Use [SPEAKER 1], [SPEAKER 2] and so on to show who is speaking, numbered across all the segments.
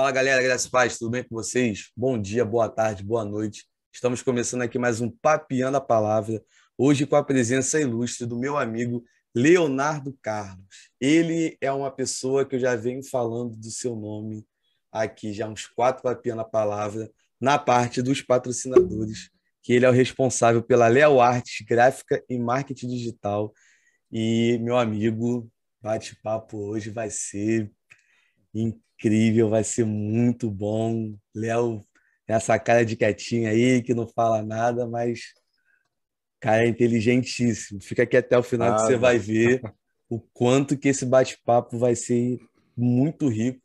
[SPEAKER 1] Fala galera, graças a Deus, tudo bem com vocês? Bom dia, boa tarde, boa noite. Estamos começando aqui mais um Papeando a Palavra, hoje com a presença ilustre do meu amigo Leonardo Carlos. Ele é uma pessoa que eu já venho falando do seu nome aqui, já há uns 4 Papeando a Palavra, na parte dos patrocinadores, que ele é o responsável pela Leo Artes, gráfica e marketing digital. E, meu amigo, bate-papo hoje vai ser incrível, vai ser muito bom. Léo, essa cara de quietinho aí, que não fala nada, mas, cara, é inteligentíssimo. Fica aqui até o final que você vai
[SPEAKER 2] Nada.
[SPEAKER 1] ver o quanto que esse bate-papo vai ser muito rico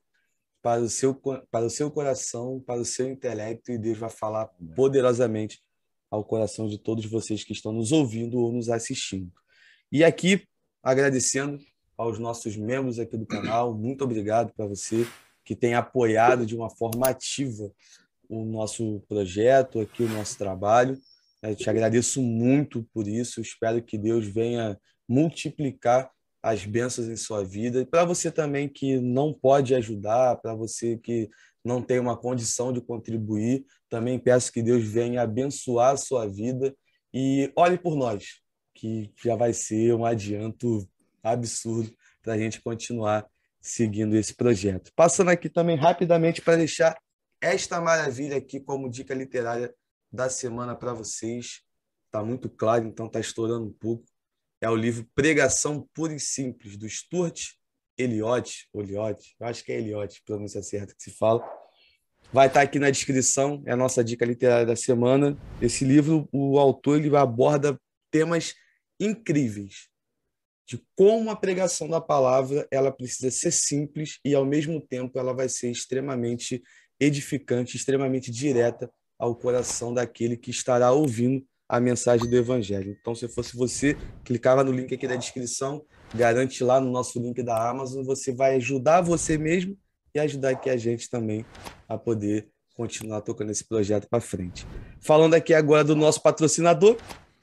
[SPEAKER 1] para o seu coração, para o seu intelecto, e Deus vai falar poderosamente ao coração de todos vocês que estão nos ouvindo ou nos assistindo. E aqui, agradecendo aos nossos membros aqui do canal, muito obrigado para você que tem apoiado de uma forma ativa o nosso projeto, aqui o nosso trabalho. Eu te agradeço muito por isso, espero que Deus venha multiplicar as bênçãos em sua vida. E para você também que não pode ajudar, para você que não tem uma condição de contribuir, também peço que Deus venha abençoar a sua vida e olhe por nós, que já vai ser um adianto absurdo para a gente continuar seguindo esse projeto. Passando aqui também rapidamente para deixar esta maravilha aqui como dica literária da semana para vocês. Está muito claro, então está estourando um pouco. É o livro Pregação Pura e Simples, do Stuart Eliot, eu acho que é Eliot, pronúncia certa que se fala. Vai estar aqui na descrição, é a nossa dica literária da semana. Esse livro, o autor ele aborda temas incríveis de como a pregação da palavra ela precisa ser simples e, ao mesmo tempo, ela vai ser extremamente edificante, extremamente direta ao coração daquele que estará ouvindo a mensagem do Evangelho. Então, se fosse você, clicava no link aqui da descrição, garante lá no nosso link da Amazon, você vai ajudar você mesmo e ajudar aqui a gente também a poder continuar tocando esse projeto para frente. Falando aqui agora do nosso patrocinador,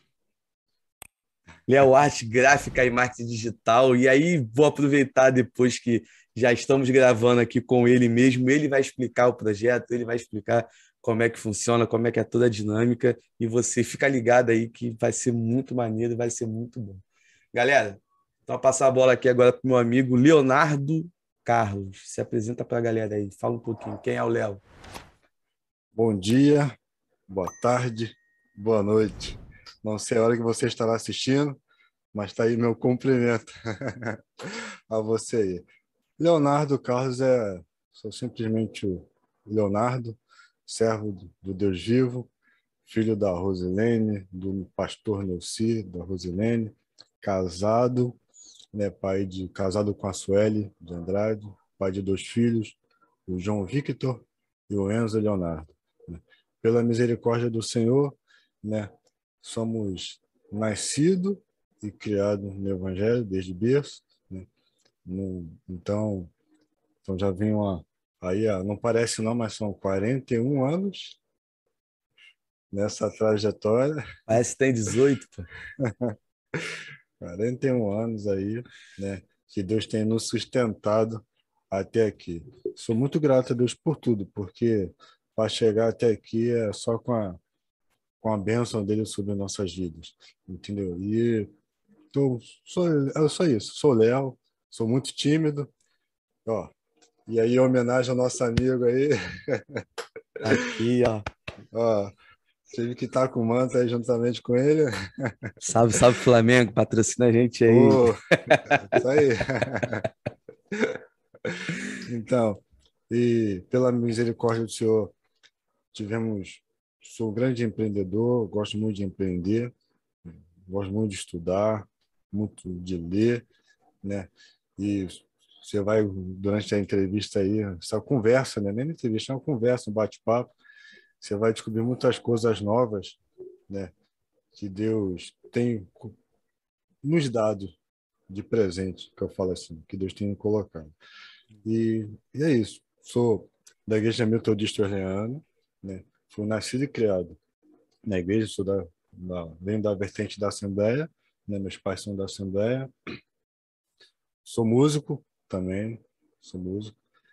[SPEAKER 1] Léo Arte Gráfica e Marketing Digital. E aí vou aproveitar depois que já estamos gravando aqui com ele mesmo. Ele vai explicar o projeto, ele vai explicar como é que funciona, como é que é toda a dinâmica. E você fica ligado aí que vai ser muito maneiro, vai ser muito bom. Galera, então vou passar a bola aqui agora para o meu amigo Leonardo Carlos. Se apresenta para a galera aí, fala um pouquinho. Quem é o Léo?
[SPEAKER 2] Bom dia, boa tarde, boa noite. Não sei a hora que você estará assistindo, mas está aí meu cumprimento a você aí. Leonardo Carlos sou simplesmente o Leonardo, servo do Deus vivo, filho da Rosilene, do pastor Neuci, da Rosilene, casado, né, casado com a Sueli de Andrade, pai de 2 filhos, o João Victor e o Enzo Leonardo. Né. Pela misericórdia do Senhor, né, somos nascidos e criados no Evangelho desde berço. Né. Então, já vem aí, não parece não, mas são 41 anos nessa trajetória,
[SPEAKER 1] Parece que tem 18, pô.
[SPEAKER 2] 41 anos aí, né, que Deus tem nos sustentado até aqui. Sou muito grato a Deus por tudo, porque para chegar até aqui é só com a bênção dele sobre nossas vidas, entendeu? E eu sou isso, sou Léo, sou muito tímido, ó. E aí, em homenagem ao nosso amigo aí,
[SPEAKER 1] Aqui, ó.
[SPEAKER 2] ó, tive que estar com o manto aí juntamente com ele.
[SPEAKER 1] Salve, salve Flamengo, patrocina a gente aí.
[SPEAKER 2] Ô, isso aí. Então, e pela misericórdia do Senhor, sou um grande empreendedor, gosto muito de empreender, gosto muito de estudar, muito de ler, né? E você vai, durante a entrevista aí, essa conversa, né? Nem entrevista, é uma conversa, um bate-papo, você vai descobrir muitas coisas novas, né? Que Deus tem nos dado de presente, que eu falo assim, que Deus tem me colocado. E é isso. Sou da Igreja Metodista Orleana, né? Fui nascido e criado na igreja, venho da vertente da Assembleia, né? Meus pais são da Assembleia. Sou músico também, sou músico.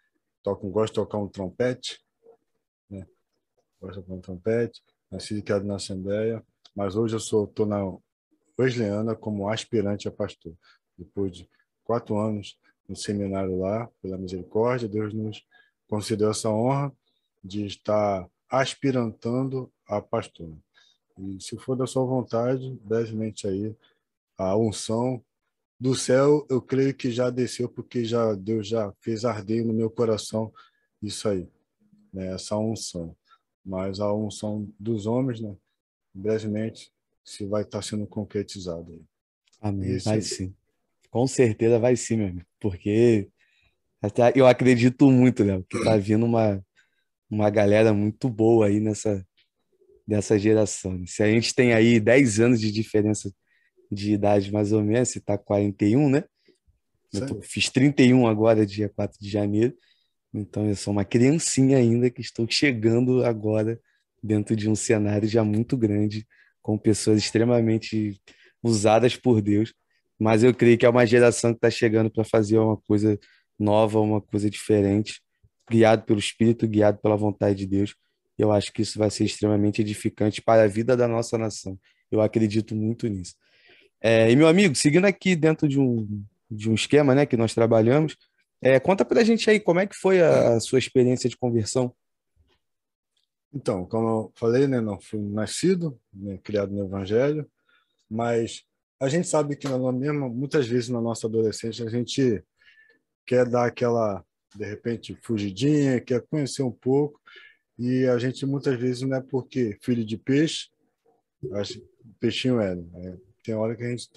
[SPEAKER 2] gosto de tocar um trompete, né? Gosto de tocar um trompete, nasci e criado na Assembleia, mas hoje eu estou na Wesleyana como aspirante a pastor. Depois de 4 anos no seminário lá, pela misericórdia, Deus nos concedeu essa honra de estar aspirantando a pastor. E se for da sua vontade, brevemente aí, a unção do céu, eu creio que já desceu, porque Deus já fez arder no meu coração isso aí, né? Essa unção. Mas a unção dos homens, né? Brevemente, se vai estar sendo concretizado aí.
[SPEAKER 1] Amém.
[SPEAKER 2] Isso
[SPEAKER 1] Vai
[SPEAKER 2] aí.
[SPEAKER 1] sim. Com certeza vai sim, meu amigo. Porque até eu acredito muito, Léo, que tá vindo uma galera muito boa aí dessa geração. Se a gente tem aí 10 anos de diferença de idade, mais ou menos, você tá 41, né?
[SPEAKER 2] Isso aí.
[SPEAKER 1] Fiz 31 agora, dia 4 de janeiro. Então eu sou uma criancinha ainda que estou chegando agora dentro de um cenário já muito grande, com pessoas extremamente usadas por Deus. Mas eu creio que é uma geração que está chegando para fazer uma coisa nova, uma coisa diferente, guiado pelo Espírito, guiado pela vontade de Deus. Eu acho que isso vai ser extremamente edificante para a vida da nossa nação. Eu acredito muito nisso. E meu amigo, seguindo aqui dentro de um esquema, né, que nós trabalhamos, conta pra gente aí como é que foi a sua experiência de conversão.
[SPEAKER 2] Então, como eu falei, né, não fui nascido, né, criado no Evangelho, mas a gente sabe que muitas vezes na nossa adolescência a gente quer dar aquela, de repente, fugidinha, quer conhecer um pouco, e a gente muitas vezes não é porque filho de peixe, acho que peixinho é, né? Tem hora que a gente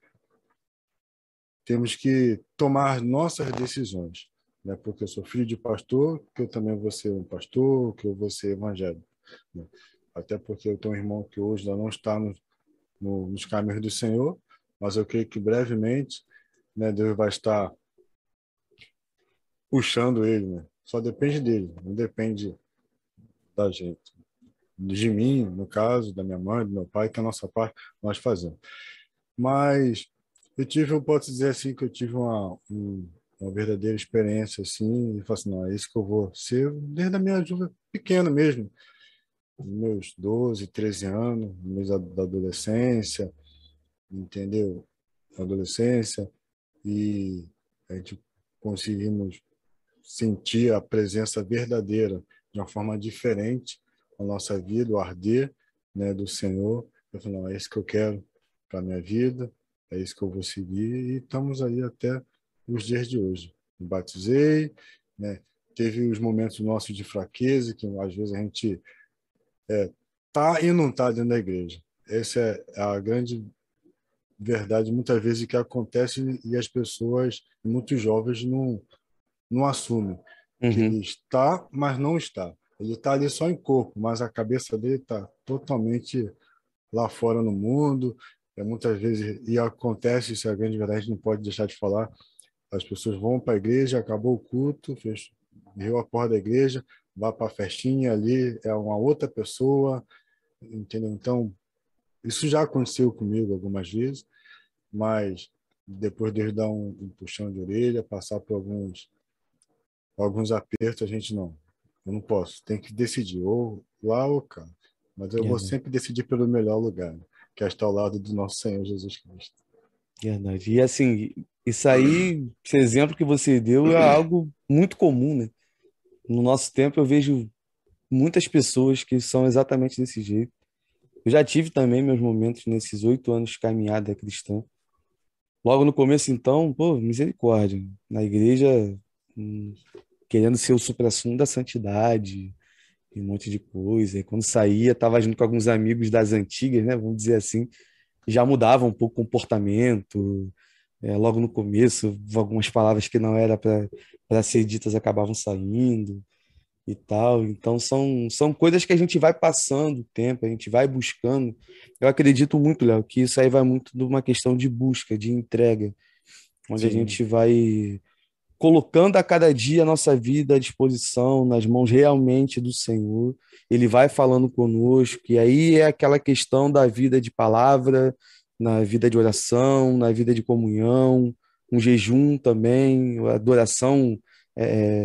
[SPEAKER 2] temos que tomar nossas decisões, né? Porque eu sou filho de pastor, que eu também vou ser um pastor, que eu vou ser evangélico, né? Até porque eu tenho um irmão que hoje ainda não está nos caminhos do Senhor, mas eu creio que brevemente, né, Deus vai estar puxando ele, né? Só depende dele, não depende da gente. De mim, no caso, da minha mãe, do meu pai, que é a nossa parte nós fazemos. Mas eu posso dizer assim, que eu tive uma verdadeira experiência assim, e falei assim, não, é isso que eu vou ser desde a minha juventude pequena mesmo, meus 12, 13 anos, da adolescência, entendeu? Adolescência, e a gente conseguimos sentir a presença verdadeira de uma forma diferente na nossa vida, o arder, né, do Senhor. Eu falei, não, é isso que eu quero para a minha vida, é isso que eu vou seguir, e estamos aí até os dias de hoje. Me batizei, né, teve os momentos nossos de fraqueza, que às vezes a gente tá e não tá dentro da igreja. Essa é a grande verdade, muitas vezes, que acontece, e as pessoas, muitos jovens, não assumem que
[SPEAKER 1] Uhum,
[SPEAKER 2] ele está, mas não está. Ele está ali só em corpo, mas a cabeça dele está totalmente lá fora no mundo. Muitas vezes, e acontece, isso é a grande verdade, a gente não pode deixar de falar, as pessoas vão para a igreja, acabou o culto, viu a porta da igreja, vai para a festinha ali, é uma outra pessoa, entendeu? Então, isso já aconteceu comigo algumas vezes, mas depois de dar um puxão de orelha, passar por alguns apertos, a gente não. Eu não posso, tem que decidir, ou lá ou cá. Mas eu vou
[SPEAKER 1] verdade,
[SPEAKER 2] sempre decidir pelo melhor lugar, né? Que é estar ao lado do nosso Senhor Jesus Cristo.
[SPEAKER 1] verdade. E assim, isso aí, esse exemplo que você deu é algo muito comum, né? No nosso tempo eu vejo muitas pessoas que são exatamente desse jeito. Eu já tive também meus momentos nesses 8 anos de caminhada cristã. Logo no começo, então, pô, misericórdia. Na igreja, hum, querendo ser o suprassumo da santidade, e um monte de coisa. E quando saía, estava junto com alguns amigos das antigas, né? Vamos dizer assim, já mudava um pouco o comportamento. Logo no começo, algumas palavras que não era para ser ditas acabavam saindo e tal. Então, são coisas que a gente vai passando o tempo, a gente vai buscando. Eu acredito muito, Léo, que isso aí vai muito de uma questão de busca, de entrega, onde a
[SPEAKER 2] Sim,
[SPEAKER 1] gente vai colocando a cada dia a nossa vida à disposição, nas mãos realmente do Senhor. Ele vai falando conosco, e aí é aquela questão da vida de palavra, na vida de oração, na vida de comunhão, um jejum também, a adoração. é,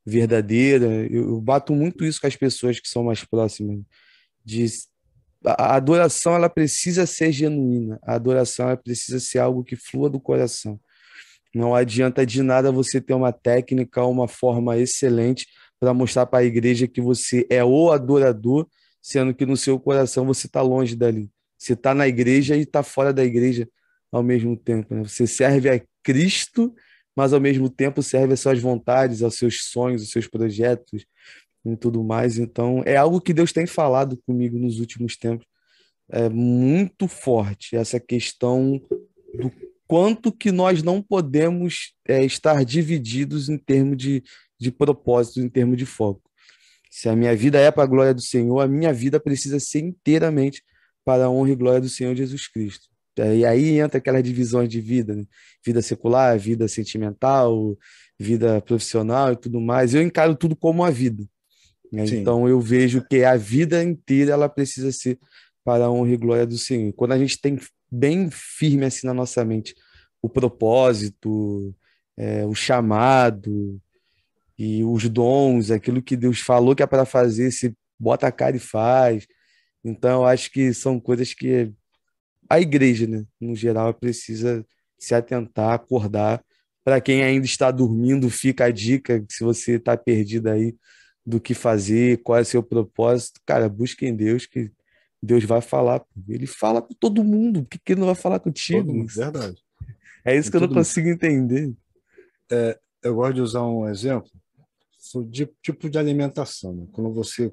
[SPEAKER 1] verdadeira. Eu bato muito isso com as pessoas que são mais próximas. De, a adoração ela precisa ser genuína. A adoração ela precisa ser algo que flua do coração. Não adianta de nada você ter uma técnica, uma forma excelente para mostrar para a igreja que você é o adorador, sendo que no seu coração você está longe dali. Você está na igreja e está fora da igreja ao mesmo tempo, né? Você serve a Cristo, mas ao mesmo tempo serve às suas vontades, aos seus sonhos, aos seus projetos e tudo mais. Então, é algo que Deus tem falado comigo nos últimos tempos. É muito forte essa questão do quanto que nós não podemos estar divididos em termos de propósito, em termos de foco. Se a minha vida é para a glória do Senhor, a minha vida precisa ser inteiramente para a honra e glória do Senhor Jesus Cristo. E aí entra aquelas divisões de vida, né? Vida secular, vida sentimental, vida profissional e tudo mais. Eu encaro tudo como uma vida, né?
[SPEAKER 2] Sim,
[SPEAKER 1] Então eu vejo que a vida inteira ela precisa ser para a honra e glória do Senhor. Quando a gente tem bem firme assim na nossa mente o propósito, o chamado e os dons, aquilo que Deus falou que é para fazer, se bota a cara e faz. Então eu acho que são coisas que a igreja, né, no geral, precisa se atentar, acordar. Para quem ainda está dormindo, fica a dica, se você está perdido aí do que fazer, qual é o seu propósito, cara, busque em Deus que Deus vai falar. Ele fala com todo mundo, por que que ele não vai falar
[SPEAKER 2] todo
[SPEAKER 1] contigo?
[SPEAKER 2] mundo, verdade.
[SPEAKER 1] É isso
[SPEAKER 2] Com
[SPEAKER 1] que eu não
[SPEAKER 2] todo mundo.
[SPEAKER 1] consigo entender.
[SPEAKER 2] Eu gosto de usar um exemplo de tipo de alimentação, né? Quando você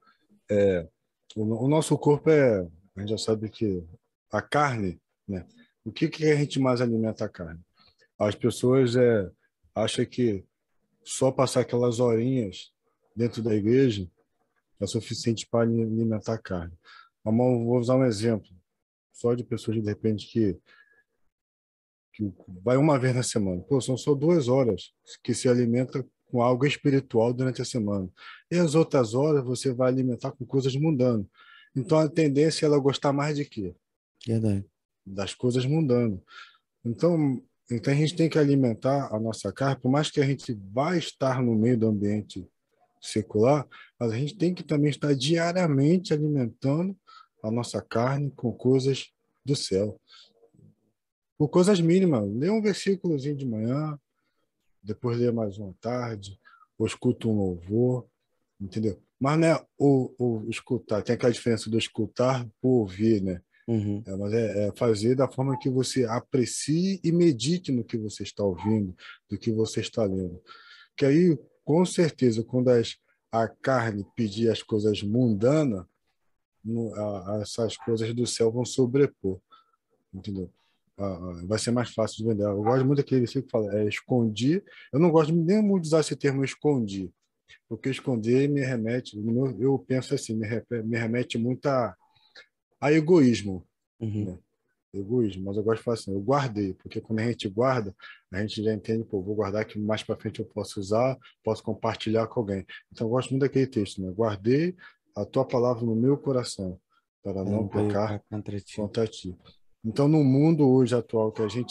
[SPEAKER 2] o nosso corpo a gente já sabe que a carne, né? O que que a gente mais alimenta a carne? As pessoas acham que só passar aquelas horinhas dentro da igreja é suficiente para alimentar a carne. Mas eu vou usar um exemplo, só de pessoas de repente que vai uma vez na semana. Pô, são só 2 horas que se alimenta com algo espiritual durante a semana. E as outras horas você vai alimentar com coisas mundanas. Então a tendência é ela gostar mais de quê?
[SPEAKER 1] Verdade.
[SPEAKER 2] Das coisas mundanas. Então a gente tem que alimentar a nossa carne, por mais que a gente vá estar no meio do ambiente secular, mas a gente tem que também estar diariamente alimentando a nossa carne com coisas do céu. Por coisas mínimas. Lê um versículozinho de manhã, depois lê mais uma à tarde, ou escuta um louvor, entendeu? Mas não é o escutar, tem aquela diferença do escutar por ouvir, né?
[SPEAKER 1] Uhum.
[SPEAKER 2] Mas é fazer da forma que você aprecie e medite no que você está ouvindo, do que você está lendo. Que aí, com certeza, quando a carne pedir as coisas mundanas, essas coisas do céu vão sobrepor, entendeu? Vai ser mais fácil de vender. Eu gosto muito daquele versículo que fala, escondi. Eu não gosto nem muito de usar esse termo escondi, porque esconder me remete, eu penso assim, me remete muito a egoísmo,
[SPEAKER 1] Uhum.
[SPEAKER 2] né? Egoísmo, mas eu gosto de falar assim, eu guardei, porque quando a gente guarda, a gente já entende, pô, vou guardar que mais para frente eu posso usar, posso compartilhar com alguém. Então eu gosto muito daquele texto, né? Guardei a tua palavra no meu coração, para
[SPEAKER 1] Para
[SPEAKER 2] não
[SPEAKER 1] não
[SPEAKER 2] pecar
[SPEAKER 1] pecar contra ti.
[SPEAKER 2] contra ti. Então no mundo hoje atual que a gente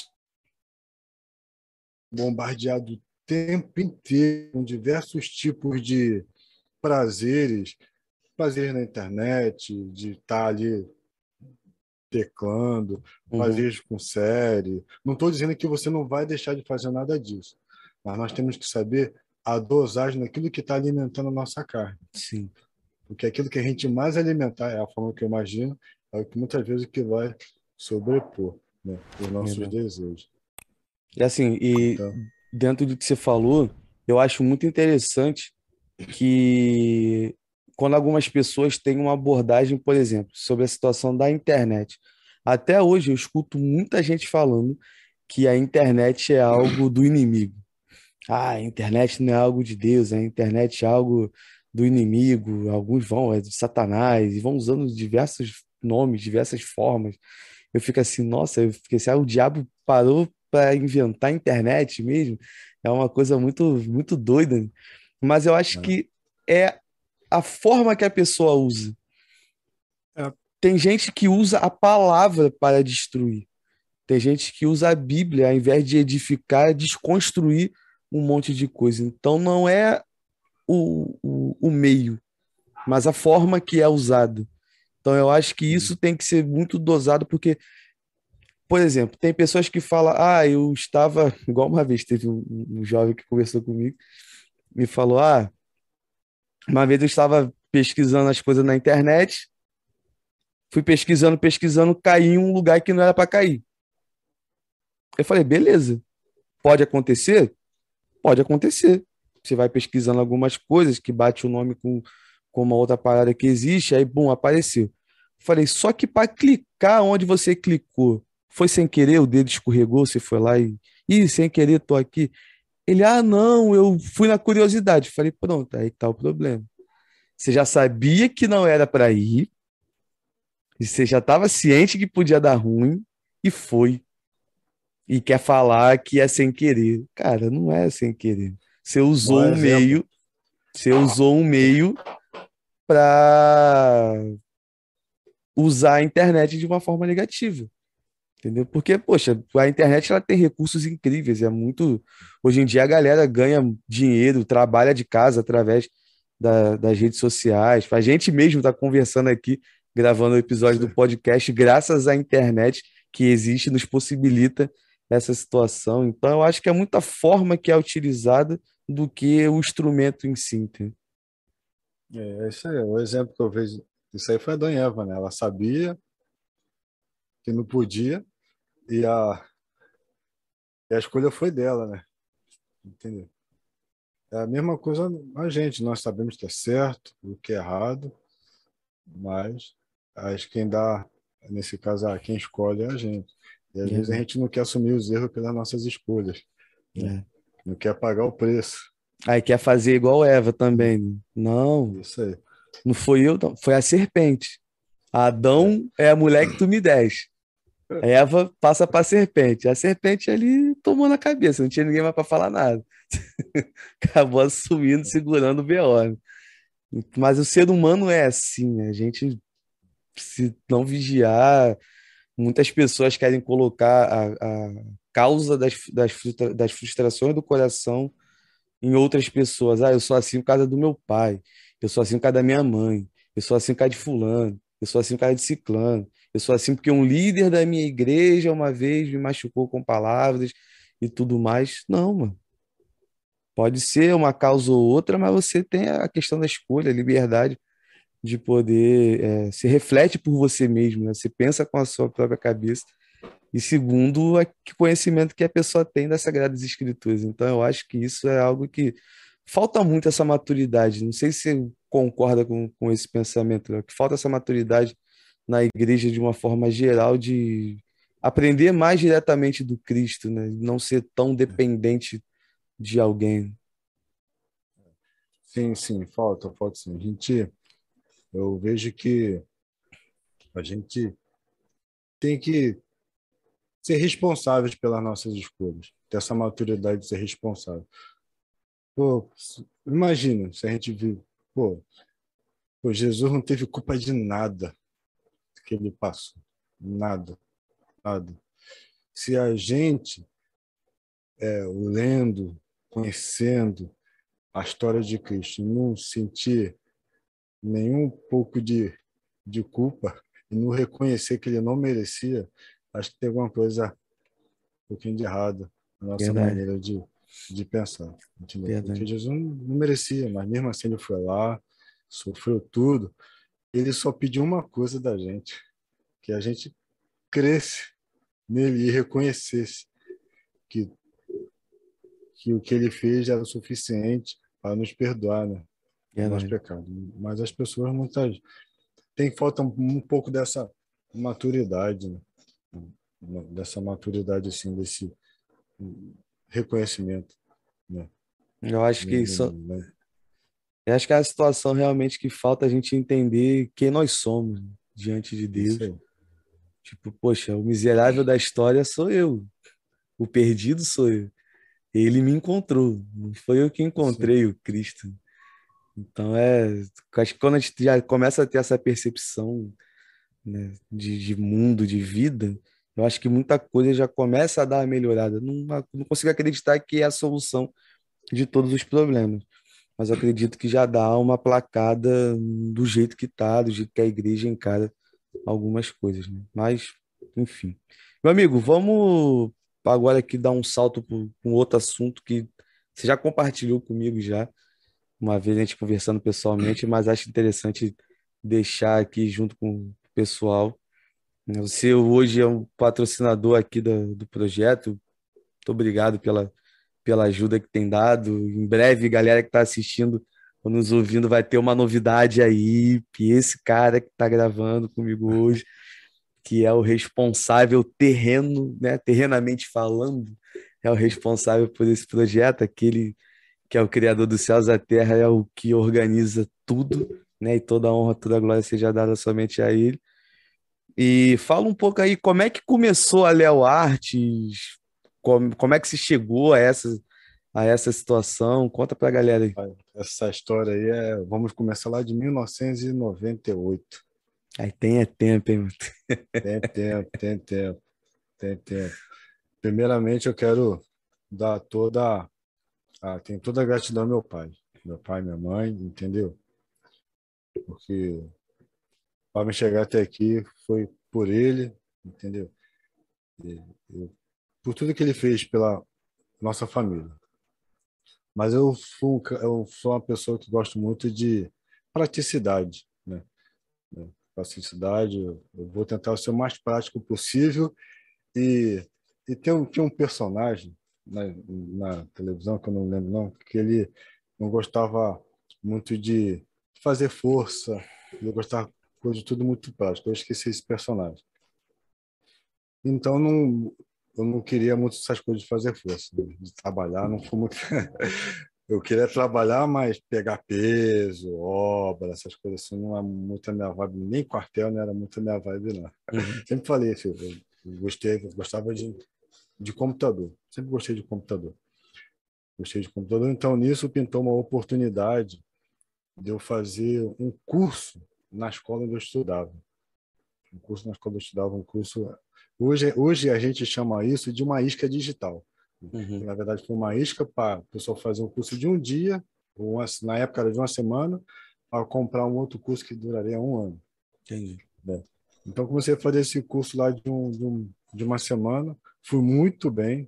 [SPEAKER 2] é bombardeado o tempo inteiro com diversos tipos de prazeres, prazeres na internet, de estar ali teclando,
[SPEAKER 1] Uhum.
[SPEAKER 2] fazer com série. Não estou dizendo que você não vai deixar de fazer nada disso, mas nós temos que saber a dosagem daquilo que está alimentando a nossa carne.
[SPEAKER 1] Sim,
[SPEAKER 2] Porque aquilo que a gente mais alimentar, é a forma que eu imagino, é o que muitas vezes que vai sobrepor, né, os nossos
[SPEAKER 1] verdade.
[SPEAKER 2] desejos.
[SPEAKER 1] E assim, e
[SPEAKER 2] Então,
[SPEAKER 1] dentro do que você falou, eu acho muito interessante que quando algumas pessoas têm uma abordagem, por exemplo, sobre a situação da internet. Até hoje eu escuto muita gente falando que a internet é algo do inimigo. Ah, a internet não é algo de Deus, a internet é algo do inimigo. Alguns vão, é de Satanás, e vão usando diversos nomes, diversas formas. Eu fico assim, nossa, eu fiquei assim, o diabo parou para inventar a internet mesmo. É uma coisa muito doida. Mas eu acho
[SPEAKER 2] né?
[SPEAKER 1] que é a forma que a pessoa usa.
[SPEAKER 2] É,
[SPEAKER 1] Tem gente que usa a palavra para destruir. Tem gente que usa a Bíblia, ao invés de edificar, desconstruir um monte de coisa. Então não é o meio, mas a forma que é usado. Então, eu acho que isso tem que ser muito dosado, porque, por exemplo, tem pessoas que falam, eu estava, igual uma vez teve um jovem que conversou comigo, me falou, uma vez eu estava pesquisando as coisas na internet, fui pesquisando, pesquisando, caí em um lugar que não era para cair. Eu falei, beleza, pode acontecer? Pode acontecer. Você vai pesquisando algumas coisas que bate o nome com uma outra parada que existe, aí, bum, apareceu. Falei, só que para clicar onde você clicou, foi sem querer, o dedo escorregou, você foi lá ih, sem querer, tô aqui. Ele, não, eu fui na curiosidade. Falei, pronto, aí tá o problema. Você já sabia que não era para ir, e você já estava ciente que podia dar ruim, e foi. E quer falar que é sem querer. Cara, não é sem querer. Você usou
[SPEAKER 2] Bom
[SPEAKER 1] um
[SPEAKER 2] exemplo.
[SPEAKER 1] meio, você usou um meio para usar a internet de uma forma negativa, entendeu? Porque, poxa, a internet ela tem recursos incríveis, é muito. Hoje em dia a galera ganha dinheiro, trabalha de casa através das redes sociais. A gente mesmo está conversando aqui, gravando o episódio do podcast, graças à internet que existe, nos possibilita essa situação. Então, eu acho que é muita forma que é utilizada do que o instrumento em si, entendeu?
[SPEAKER 2] É isso aí. O exemplo que eu vejo, isso aí foi a Dona Eva, né? Ela sabia que não podia e a escolha foi dela, né? Entendeu? É a mesma coisa a gente. Nós sabemos que é certo, o que é errado, mas acho que quem dá, nesse caso, quem escolhe é a gente. E às vezes a
[SPEAKER 1] Verdade.
[SPEAKER 2] gente não quer assumir os erros pelas nossas escolhas, né?
[SPEAKER 1] É.
[SPEAKER 2] Não quer pagar o preço.
[SPEAKER 1] Aí quer fazer igual Eva também, né? Não,
[SPEAKER 2] Isso aí.
[SPEAKER 1] não foi eu, não. Foi a serpente.
[SPEAKER 2] É.
[SPEAKER 1] Adão é a mulher que tu me deste. Eva passa para a serpente. A serpente ali tomou na cabeça, não tinha ninguém mais para falar nada. Acabou assumindo, segurando o BO, né? Mas o ser humano é assim, né? A gente, se não vigiar, muitas pessoas querem colocar a causa das frustrações do coração em outras pessoas. Eu sou assim por causa do meu pai, eu sou assim por causa da minha mãe, eu sou assim por causa de fulano, eu sou assim por causa de ciclano, eu sou assim porque um líder da minha igreja uma vez me machucou com palavras e tudo mais. Não, mano. Pode ser uma causa ou outra, mas você tem a questão da escolha, a liberdade de poder, se reflete por você mesmo, né? Você pensa com a sua própria cabeça e segundo, que conhecimento que a pessoa tem das Sagradas Escrituras. Então, eu acho que isso é algo que falta muito essa maturidade. Não sei se você concorda com esse pensamento, né? Que falta essa maturidade na igreja de uma forma geral de aprender mais diretamente do Cristo, né? Não ser tão dependente de alguém.
[SPEAKER 2] Sim, sim, falta sim. Eu vejo que a gente tem que ser responsáveis pelas nossas escolhas, ter essa maturidade de ser responsável. Pô, imagina se a gente vive, pô, Jesus não teve culpa de nada que ele passou, nada, nada. Se a gente, lendo, conhecendo a história de Cristo, não sentir nenhum pouco de culpa e não reconhecer que ele não merecia, acho que tem alguma coisa um pouquinho de errado na nossa
[SPEAKER 1] Verdade,
[SPEAKER 2] maneira de pensar, entendeu? Porque
[SPEAKER 1] verdade.
[SPEAKER 2] Jesus não merecia, mas mesmo assim ele foi lá, sofreu tudo. Ele só pediu uma coisa da gente, que a gente cresce nele e reconhecesse que, que o que ele fez era o suficiente para nos perdoar, né, o nosso
[SPEAKER 1] Verdade.
[SPEAKER 2] pecado. Mas as pessoas muitas tem falta um pouco dessa maturidade, né? Dessa maturidade assim, desse reconhecimento, né?
[SPEAKER 1] Eu acho que isso, eu acho que é a situação realmente que falta a gente entender quem nós somos diante de
[SPEAKER 2] Isso
[SPEAKER 1] Deus.
[SPEAKER 2] aí.
[SPEAKER 1] Tipo, poxa, o miserável da história sou eu, o perdido sou eu. Ele me encontrou, não foi eu que
[SPEAKER 2] Isso,
[SPEAKER 1] encontrei o Cristo. Então acho que quando a gente já começa a ter essa percepção, né, de mundo, de vida, eu acho que muita coisa já começa a dar uma melhorada. Não consigo acreditar que é a solução de todos os problemas. mas eu acredito que já dá uma placada do jeito que tá, do jeito que a igreja encara algumas coisas, né? Mas, enfim. Meu amigo, vamos agora aqui dar um salto para um outro assunto que você já compartilhou comigo já, uma vez a gente conversando pessoalmente, mas acho interessante deixar aqui junto com o pessoal. Você hoje é um patrocinador aqui do projeto. Muito obrigado pela ajuda que tem dado. Em breve, galera que está assistindo ou nos ouvindo, vai ter uma novidade aí. E esse cara que está gravando comigo hoje, que é o responsável terreno, né, terrenamente falando, é o responsável por esse projeto, aquele que é o criador dos céus e da terra, é o que organiza tudo, né, e toda a honra, toda a glória seja dada somente a ele. E fala um pouco aí como é que começou a Léo Artes, como é que se chegou a essa situação? Conta pra galera aí.
[SPEAKER 2] Essa história aí vamos começar lá de 1998.
[SPEAKER 1] Aí tem é tempo, hein, mano?
[SPEAKER 2] Tem tempo, tem tempo, tem tempo. Primeiramente, eu quero dar tenho toda a gratidão ao meu pai, minha mãe, entendeu? Porque para me chegar até aqui foi por ele, entendeu? E, por tudo que ele fez pela nossa família. Mas eu sou uma pessoa que gosto muito de praticidade, né? Praticidade, eu vou tentar ser o mais prático possível e, tinha um personagem na televisão, que eu não lembro não, que ele não gostava muito de fazer força, ele gostava de tudo muito prático. Eu esqueci esse personagem. Então, eu não queria muito essas coisas de fazer força, né? De trabalhar, não fui muito. Eu queria trabalhar, mas pegar peso, obra, essas coisas assim, não é muito a minha vibe, nem quartel não era muito a minha vibe, não.
[SPEAKER 1] Uhum,
[SPEAKER 2] Sempre falei, filho, eu gostava de computador, sempre gostei de computador. Gostei de computador, então nisso pintou uma oportunidade de eu fazer um curso na escola onde eu estudava. Um curso na escola onde eu estudava, um curso. Hoje a gente chama isso de uma isca digital.
[SPEAKER 1] uhum,
[SPEAKER 2] Na verdade, foi uma isca para o pessoal fazer um curso de um dia, na época era de uma semana, para comprar um outro curso que duraria um ano.
[SPEAKER 1] entendi.
[SPEAKER 2] Né? Então, comecei a fazer esse curso lá de uma semana, fui muito bem.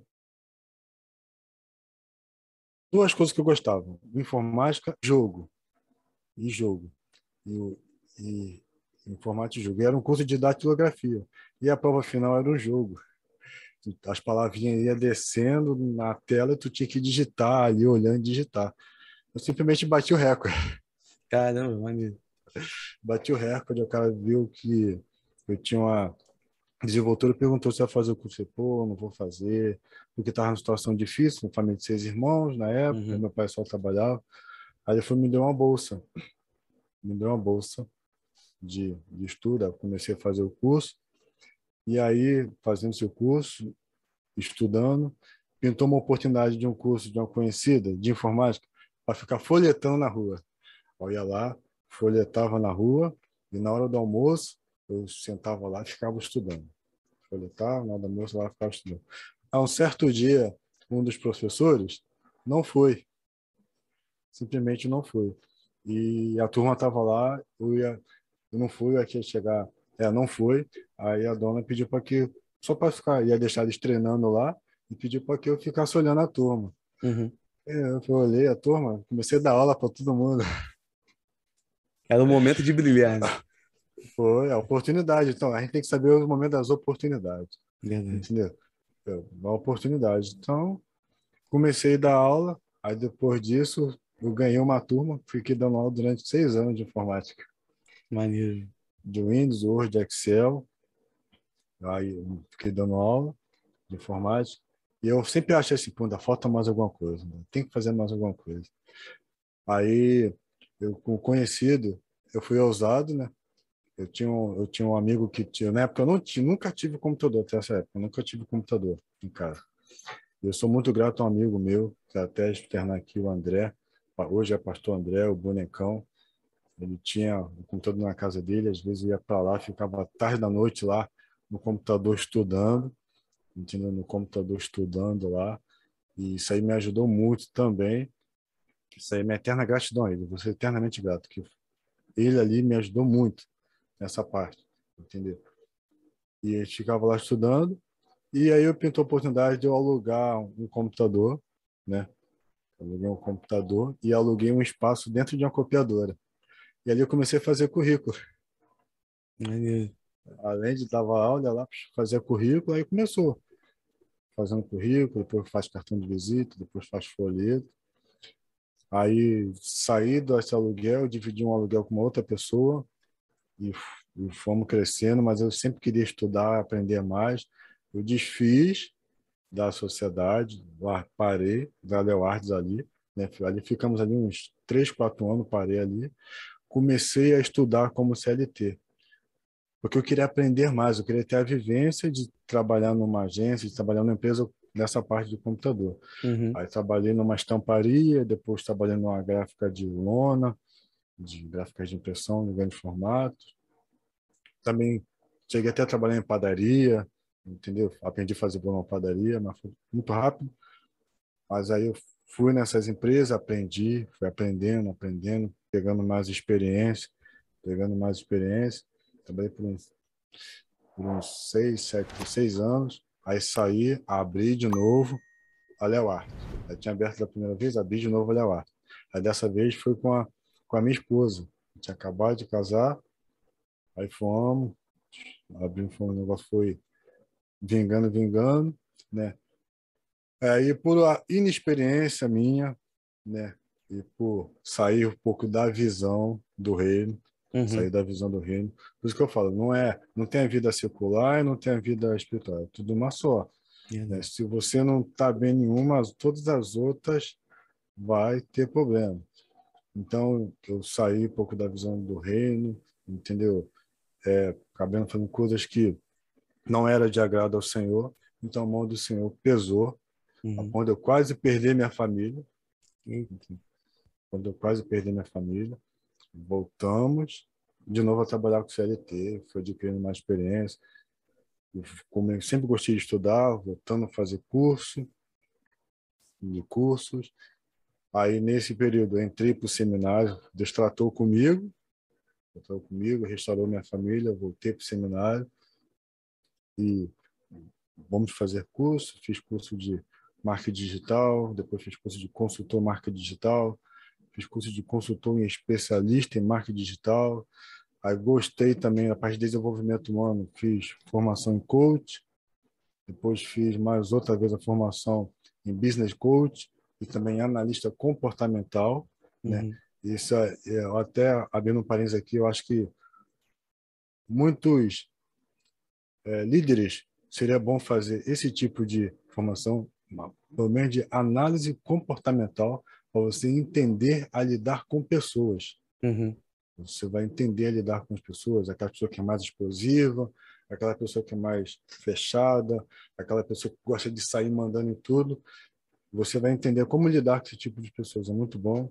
[SPEAKER 2] Duas coisas que eu gostava: informática, jogo. E jogo. E, e informática e jogo. E era um curso de datilografia. E a prova final era um jogo. As palavrinhas iam descendo na tela e tu tinha que digitar ali, olhando e digitar. Eu simplesmente bati o recorde.
[SPEAKER 1] Caramba, maneiro.
[SPEAKER 2] Bati o recorde, o cara viu que eu tinha uma desenvoltura, perguntou se ia fazer o curso. Eu falei, pô, não vou fazer, porque estava numa situação difícil, uma família de 6 irmãos na época,
[SPEAKER 1] Uhum,
[SPEAKER 2] meu pai só trabalhava. Aí ele foi me deu uma bolsa, me deu uma bolsa de estudo. Eu comecei a fazer o curso, e aí, fazendo esse curso, estudando, pintou uma oportunidade de um curso de uma conhecida de informática para ficar folhetando na rua. Eu ia lá, folhetava na rua, e na hora do almoço, eu sentava lá e ficava estudando. Folhetava, na hora do almoço, lá ficava estudando. A um certo dia, um dos professores não foi, simplesmente não foi. E a turma estava lá, eu não fui, aqui ia chegar, não foi. Aí a dona pediu para que, só para ficar, ia deixar eles treinando lá, e pediu para que eu ficasse olhando a turma.
[SPEAKER 1] uhum.
[SPEAKER 2] Eu olhei a turma, comecei a dar aula para todo mundo.
[SPEAKER 1] Era o momento de brilhar, né?
[SPEAKER 2] Foi a oportunidade. Então, a gente tem que saber o momento das oportunidades,
[SPEAKER 1] Verdade.
[SPEAKER 2] entendeu? Uma oportunidade. Então, comecei a dar aula, aí depois disso, eu ganhei uma turma, fiquei dando aula durante 6 anos de informática,
[SPEAKER 1] Maneiro.
[SPEAKER 2] de Windows, Word, Excel, aí eu fiquei dando aula de informática, e eu sempre achei assim, pô, ainda falta mais alguma coisa, né? Tem que fazer mais alguma coisa. Aí, eu com o conhecido, eu fui ousado, né? Eu tinha um amigo que tinha, na época eu não tinha, nunca tive computador até essa época, eu nunca tive computador em casa. Eu sou muito grato a um amigo meu, que até externar aqui, o André, hoje é pastor André, o bonecão. Ele tinha o computador na casa dele, às vezes eu ia para lá, ficava tarde da noite lá no computador estudando, entendeu? No computador estudando lá. E isso aí me ajudou muito também. Isso aí é minha eterna gratidão a ele. Vou ser eternamente grato, que ele ali me ajudou muito nessa parte, entendeu? E a gente ficava lá estudando, e aí eu pintou a oportunidade de eu alugar um computador, né? Aluguei um computador e aluguei um espaço dentro de uma copiadora. E ali eu comecei a fazer currículo.
[SPEAKER 1] Maneiro.
[SPEAKER 2] Além de dar aula lá, fazia currículo, aí começou. Fazendo currículo, depois faz cartão de visita, depois faz folheto. Aí saí desse aluguel, dividi um aluguel com uma outra pessoa e, e fomos crescendo, mas eu sempre queria estudar, aprender mais. Eu desfiz da sociedade, parei da Leo Artes ali, né? Ali ficamos ali uns 3, 4 anos, parei ali. Comecei a estudar como CLT, porque eu queria aprender mais, eu queria ter a vivência de trabalhar numa agência, de trabalhar numa empresa nessa parte de computador.
[SPEAKER 1] Uhum.
[SPEAKER 2] Aí trabalhei numa estamparia, depois trabalhei numa gráfica de lona, de gráficas de impressão em grande formato. Também cheguei até a trabalhar em padaria, entendeu? Aprendi a fazer bolo na padaria, mas foi muito rápido. Mas aí eu fui nessas empresas, aprendi, fui aprendendo, aprendendo, pegando mais experiência, pegando mais experiência. Trabalhei por uns 6 anos. Aí saí, abri de novo a Léo Arte. Eu tinha aberto da primeira vez, abri de novo a Léo Arte. Aí dessa vez foi com a minha esposa. Eu tinha acabado de casar, aí fomos, abrimos, o negócio foi vingando, vingando, né? Aí por a inexperiência minha, né? E por sair um pouco da visão do reino, sair
[SPEAKER 1] Uhum.
[SPEAKER 2] da visão do reino. Por isso que eu falo, não tem a vida secular e não tem a vida espiritual, é tudo uma só, né?
[SPEAKER 1] Verdade.
[SPEAKER 2] Se você não está bem em uma, todas as outras vai ter problema. Então, eu saí um pouco da visão do reino, entendeu? Acabando fazendo coisas que não era de agrado ao Senhor, então a mão do Senhor pesou, a
[SPEAKER 1] Uhum.
[SPEAKER 2] ponto de eu quase perder minha família,
[SPEAKER 1] E-
[SPEAKER 2] quando eu quase perdi minha família, voltamos de novo a trabalhar com CLT, foi adquirindo mais experiência, como eu sempre gostei de estudar, voltando a fazer cursos. Aí, nesse período, eu entrei para o seminário, Deus tratou comigo, restaurou minha família, voltei para o seminário e vamos fazer curso. Fiz curso de marketing digital, depois fiz curso de consultor marketing digital, fiz curso de consultor e especialista em marketing digital. Aí gostei também da parte de desenvolvimento humano, fiz formação em coach, depois fiz mais outra vez a formação em business coach e também analista comportamental, né?
[SPEAKER 1] Uhum.
[SPEAKER 2] Isso eu até abrindo um parênteses aqui, eu acho que muitos líderes seria bom fazer esse tipo de formação, pelo menos de análise comportamental, para você entender a lidar com pessoas.
[SPEAKER 1] Uhum.
[SPEAKER 2] Você vai entender a lidar com as pessoas, aquela pessoa que é mais explosiva, aquela pessoa que é mais fechada, aquela pessoa que gosta de sair mandando em tudo. Você vai entender como lidar com esse tipo de pessoas. É muito bom.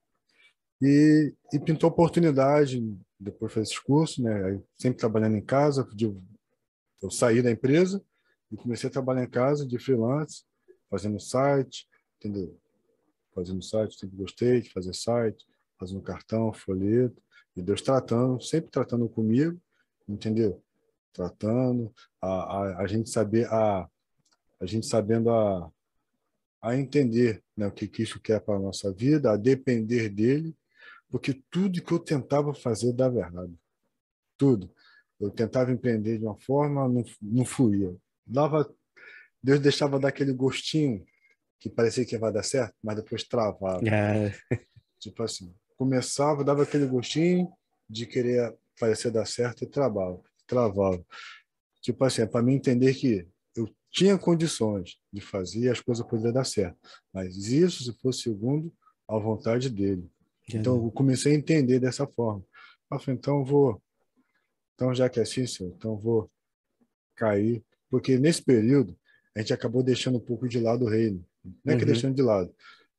[SPEAKER 2] E pintou oportunidade, depois fez esse curso, né? Aí, sempre trabalhando em casa, eu saí da empresa e comecei a trabalhar em casa de freelance, fazendo site, entendeu? Fazendo site, sempre gostei de fazer site, fazendo cartão, folheto, e Deus tratando, sempre tratando comigo, entendeu? Tratando, a gente saber, a gente sabendo a entender, né, o que isso quer para a nossa vida, a depender dele, porque tudo que eu tentava fazer dava errado. Tudo. Eu tentava empreender de uma forma, não fluía. Deus deixava dar aquele gostinho que parecia que ia dar certo, mas depois travava.
[SPEAKER 1] Ah,
[SPEAKER 2] Tipo assim, começava, dava aquele gostinho de querer parecer dar certo e travava. Travava. Tipo assim, para mim entender que eu tinha condições de fazer e as coisas poderiam dar certo. Mas isso, se fosse segundo a vontade dele. Então,
[SPEAKER 1] verdade.
[SPEAKER 2] eu comecei a entender dessa forma. Eu falei, então, eu vou. Então, já que é assim, senhor, então eu vou cair. Porque nesse período, a gente acabou deixando um pouco de lado o reino. Não é que
[SPEAKER 1] Uhum.
[SPEAKER 2] deixando de lado.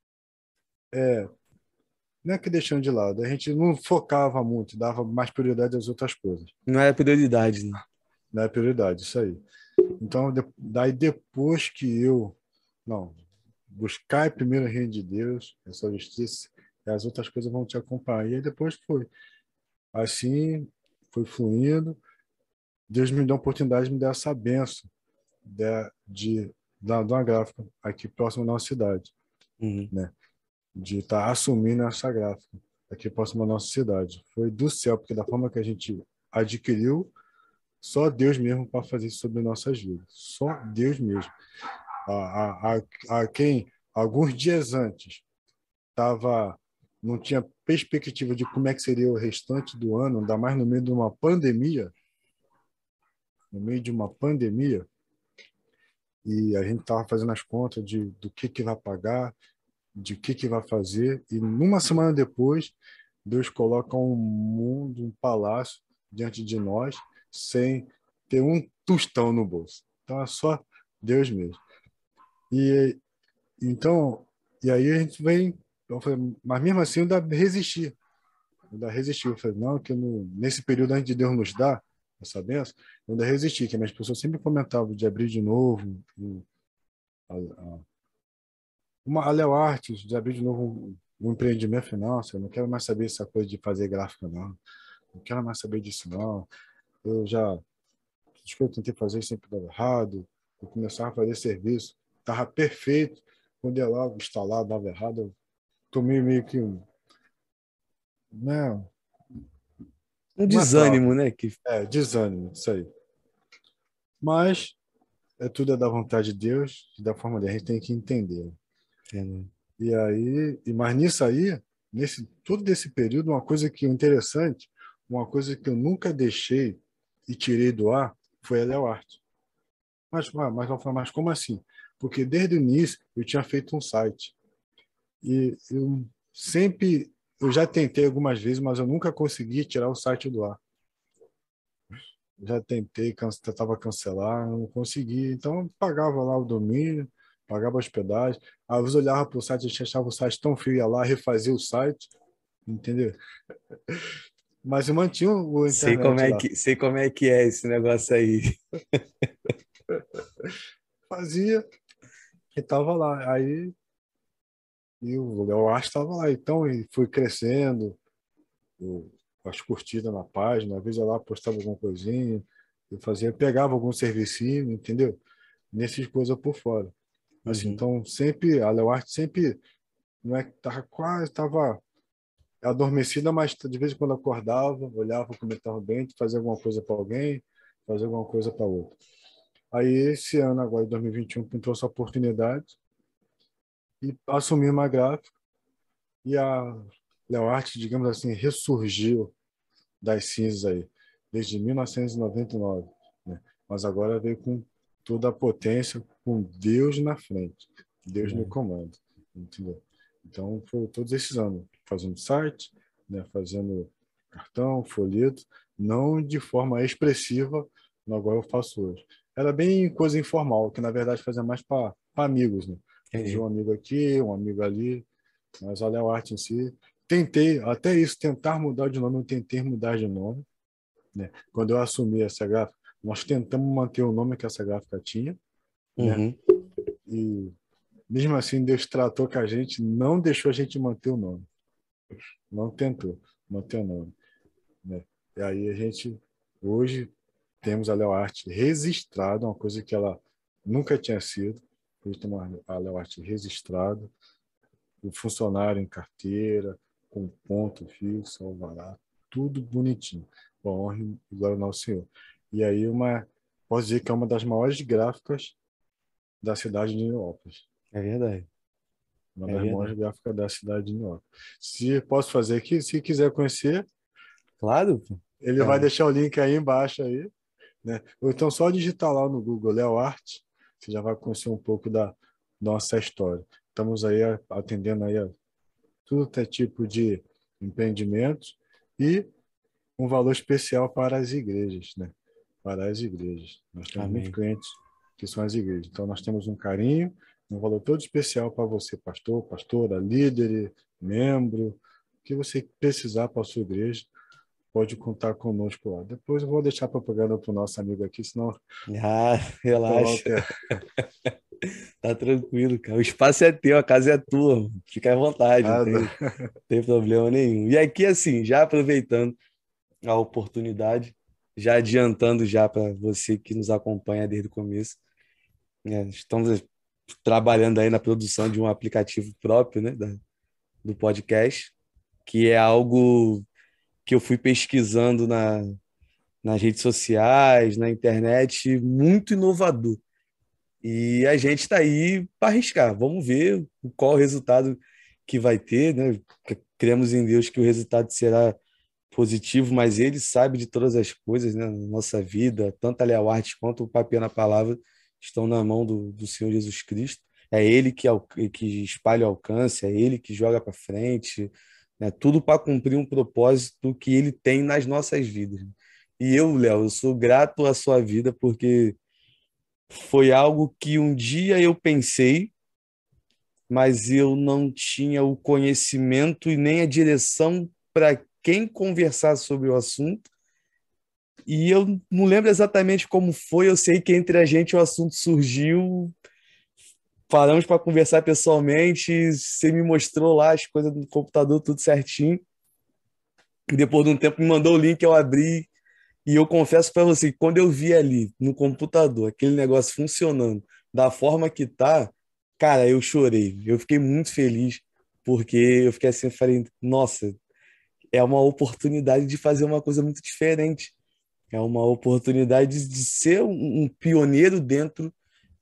[SPEAKER 2] Não é que deixando de lado. A gente não focava muito, dava mais prioridade às outras coisas.
[SPEAKER 1] Não era prioridade, né?
[SPEAKER 2] Não é prioridade, isso aí. Então, daí depois que eu. Não. buscar primeiro o reino de Deus, a sua justiça, e as outras coisas vão te acompanhar. E aí depois foi. Assim, foi fluindo. Deus me deu a oportunidade de me dar essa benção de uma gráfica aqui próximo da nossa cidade,
[SPEAKER 1] Uhum.
[SPEAKER 2] né? De estar assumindo essa gráfica aqui próximo da nossa cidade. Foi do céu, porque da forma que a gente adquiriu, só Deus mesmo para fazer isso sobre nossas vidas. Só Deus mesmo. A quem, alguns dias antes, tava, não tinha perspectiva de como é que seria o restante do ano, ainda mais no meio de uma pandemia, no meio de uma pandemia, e a gente estava fazendo as contas do que vai pagar, de que vai fazer, e numa semana depois, Deus coloca um mundo, um palácio diante de nós, sem ter um tostão no bolso. Então é só Deus mesmo. E então, e aí a gente vem, eu falei, mas mesmo assim eu ainda resisti. Eu ainda resisti. Eu falei, não, que nesse período antes de Deus nos dar essa benção, eu ainda resisti, que minhas pessoas sempre comentavam de abrir de novo, a, a Leo Artes, de abrir de novo um empreendimento financeiro. Eu não quero mais saber essa coisa de fazer gráfica, não. Não quero mais saber disso, não. Eu já, as coisas que eu tentei fazer sempre dava errado. Eu começava a fazer serviço, estava perfeito. Quando ia lá instalar, dava errado. Eu tomei meio que né,
[SPEAKER 1] Um
[SPEAKER 2] uma trava.
[SPEAKER 1] desânimo, né? Que...
[SPEAKER 2] Desânimo, isso aí. Mas tudo é da vontade de Deus e da forma dele. A gente tem que entender.
[SPEAKER 1] É, né?
[SPEAKER 2] E aí, mas nisso aí, nesse todo esse período, uma coisa que é interessante, uma coisa que eu nunca deixei e tirei do ar foi a Leo Arte. Mas como assim? Porque desde o início eu tinha feito um site e eu já tentei algumas vezes, mas eu nunca consegui tirar o site do ar. Já tentei, tentava cancelar, não consegui. Então, eu pagava lá o domínio, pagava a hospedagem. Às vezes eu olhava para o site, eu achava o site tão feio, ia lá, refazia o site, entendeu? Mas eu mantinha o internet lá.
[SPEAKER 1] Sei como é que é esse negócio aí.
[SPEAKER 2] Fazia e tava lá. Aí e o Léo Arte estava lá. Então, e foi crescendo, o- as curtidas na página. Às vezes eu lá postava alguma coisinha, pegava algum servicinho, entendeu? Nessas coisas por fora. Assim,
[SPEAKER 1] Uhum.
[SPEAKER 2] então, sempre, a Leo Arte sempre, não é que estava quase, estava adormecida, mas de vez em quando acordava, olhava como estava bem, fazia alguma coisa para alguém, fazia alguma coisa para outro. Aí, esse ano, agora, 2021, pintou essa oportunidade e assumi uma gráfica e a Leo Arte, digamos assim, ressurgiu das cinzas aí, desde 1999, né? Mas agora veio com toda a potência, com Deus na frente, Deus no
[SPEAKER 1] É.
[SPEAKER 2] comando, entendeu? Então, foi todos esses anos fazendo site, né, fazendo cartão, folheto, não de forma expressiva, agora eu faço hoje. Era bem coisa informal, que na verdade fazia mais para amigos, né? Surgiu
[SPEAKER 1] Entendi.
[SPEAKER 2] um amigo aqui, um amigo ali, mas olha a arte em si. Tentei, até isso, tentar mudar de nome, eu tentei mudar de nome, né? Quando eu assumi essa gráfica, nós tentamos manter o nome que essa gráfica tinha, né?
[SPEAKER 1] Uhum.
[SPEAKER 2] E mesmo assim, Deus tratou com a gente, não deixou a gente manter o nome, não tentou manter o nome, né? E aí a gente, hoje, temos a Leo Arte registrada, uma coisa que ela nunca tinha sido. Hoje temos a Leo Arte registrada, o funcionário em carteira, com ponto fixo, alvará, tudo bonitinho. Bom, honra e glória ao nosso Senhor. E aí, posso dizer que é uma das maiores gráficas da cidade de Nilópolis.
[SPEAKER 1] É verdade.
[SPEAKER 2] Uma
[SPEAKER 1] É
[SPEAKER 2] das maiores
[SPEAKER 1] verdade.
[SPEAKER 2] gráficas da cidade de Nilópolis. Se posso fazer aqui, se quiser conhecer,
[SPEAKER 1] Claro, pô.
[SPEAKER 2] ele vai
[SPEAKER 1] Cara,
[SPEAKER 2] deixar o link aí embaixo aí, né? Ou então só digitar lá no Google Léo Arte, você já vai conhecer um pouco da nossa história. Estamos aí atendendo aí a tudo que é tipo de empreendimentos e um valor especial para as igrejas, né? Para as igrejas. Nós temos muitos
[SPEAKER 1] amém.
[SPEAKER 2] clientes que são as igrejas. Então, nós temos um carinho, um valor todo especial para você, pastor, pastora, líder, membro, o que você precisar para a sua igreja, pode contar conosco lá. Depois eu vou deixar a propaganda para o nosso amigo aqui, senão
[SPEAKER 1] Ah, relaxa.
[SPEAKER 2] coloca.
[SPEAKER 1] Tá tranquilo, cara. O espaço é teu, a casa é tua. Fica à vontade, não
[SPEAKER 2] Nada.
[SPEAKER 1] tem problema nenhum. E aqui, assim, já aproveitando a oportunidade, já adiantando já para você que nos acompanha desde o começo, né? Estamos trabalhando aí na produção de um aplicativo próprio, né, do podcast, que é algo que eu fui pesquisando nas redes sociais, na internet, muito inovador. E a gente está aí para arriscar. Vamos ver qual o resultado que vai ter, né? Cremos em Deus que o resultado será positivo, mas Ele sabe de todas as coisas, né? Na nossa vida, tanto a Léo Arte quanto o papel na palavra estão na mão do Senhor Jesus Cristo. É Ele que espalha o alcance, é Ele que joga para frente, né? Tudo para cumprir um propósito que Ele tem nas nossas vidas. E eu, Léo, eu sou grato à sua vida porque foi algo que um dia eu pensei, mas eu não tinha o conhecimento e nem a direção para quem conversar sobre o assunto. E eu não lembro exatamente como foi, eu sei que entre a gente o assunto surgiu, paramos para conversar pessoalmente, você me mostrou lá as coisas do computador, tudo certinho. E depois de um tempo me mandou o link, eu abri. E eu confesso para você que quando eu vi ali no computador aquele negócio funcionando da forma que tá, cara, eu chorei. Eu fiquei muito feliz porque eu fiquei assim, eu falei, nossa, é uma oportunidade de fazer uma coisa muito diferente. É uma oportunidade de ser um pioneiro dentro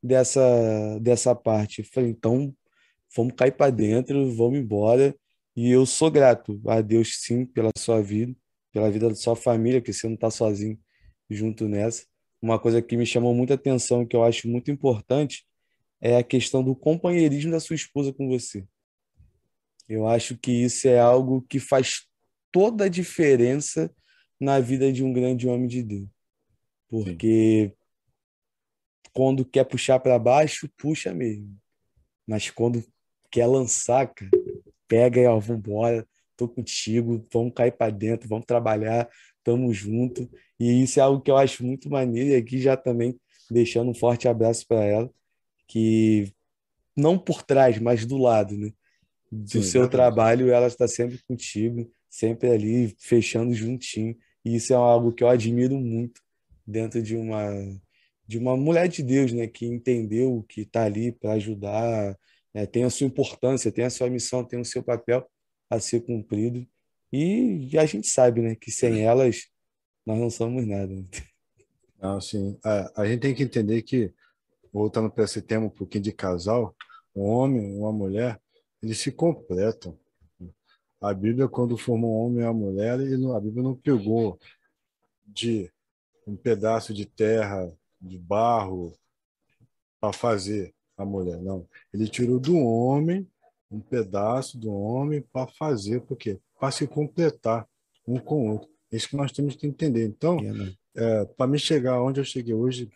[SPEAKER 1] dessa parte. Eu falei, então, vamos cair para dentro, vamos embora. E eu sou grato a Deus, sim, pela sua vida, pela vida da sua família, que você não está sozinho junto nessa. Uma coisa que me chamou muita atenção, que eu acho muito importante, é a questão do companheirismo da sua esposa com você. Eu acho que isso é algo que faz toda a diferença na vida de um grande homem de Deus.
[SPEAKER 2] Sim.
[SPEAKER 1] Porque quando quer puxar para baixo, puxa mesmo. Mas quando quer lançar, cara, pega e ó, vambora, tô contigo, vamos cair para dentro, vamos trabalhar, tamo junto. E isso é algo que eu acho muito maneiro, e aqui já também deixando um forte abraço para ela, que não por trás, mas do lado, né? Do
[SPEAKER 2] Sim,
[SPEAKER 1] seu
[SPEAKER 2] verdade.
[SPEAKER 1] trabalho, ela está sempre contigo, sempre ali, fechando juntinho. E isso é algo que eu admiro muito dentro de uma mulher de Deus, né? Que entendeu que está ali para ajudar, né? Tem a sua importância, tem a sua missão, tem o seu papel a ser cumprido. E a gente sabe, né? Que sem elas, nós não somos nada.
[SPEAKER 2] Assim, a gente tem que entender que, voltando para esse tema um pouquinho de casal, um homem e uma mulher, eles se completam. A Bíblia, quando formou um homem e uma mulher, a Bíblia não pegou de um pedaço de terra, de barro, para fazer a mulher, não. Ele tirou do homem um pedaço do homem para fazer, por quê? Para se completar um com o outro. É isso que nós temos que entender. Então,
[SPEAKER 1] É, né?
[SPEAKER 2] para me chegar onde eu cheguei hoje,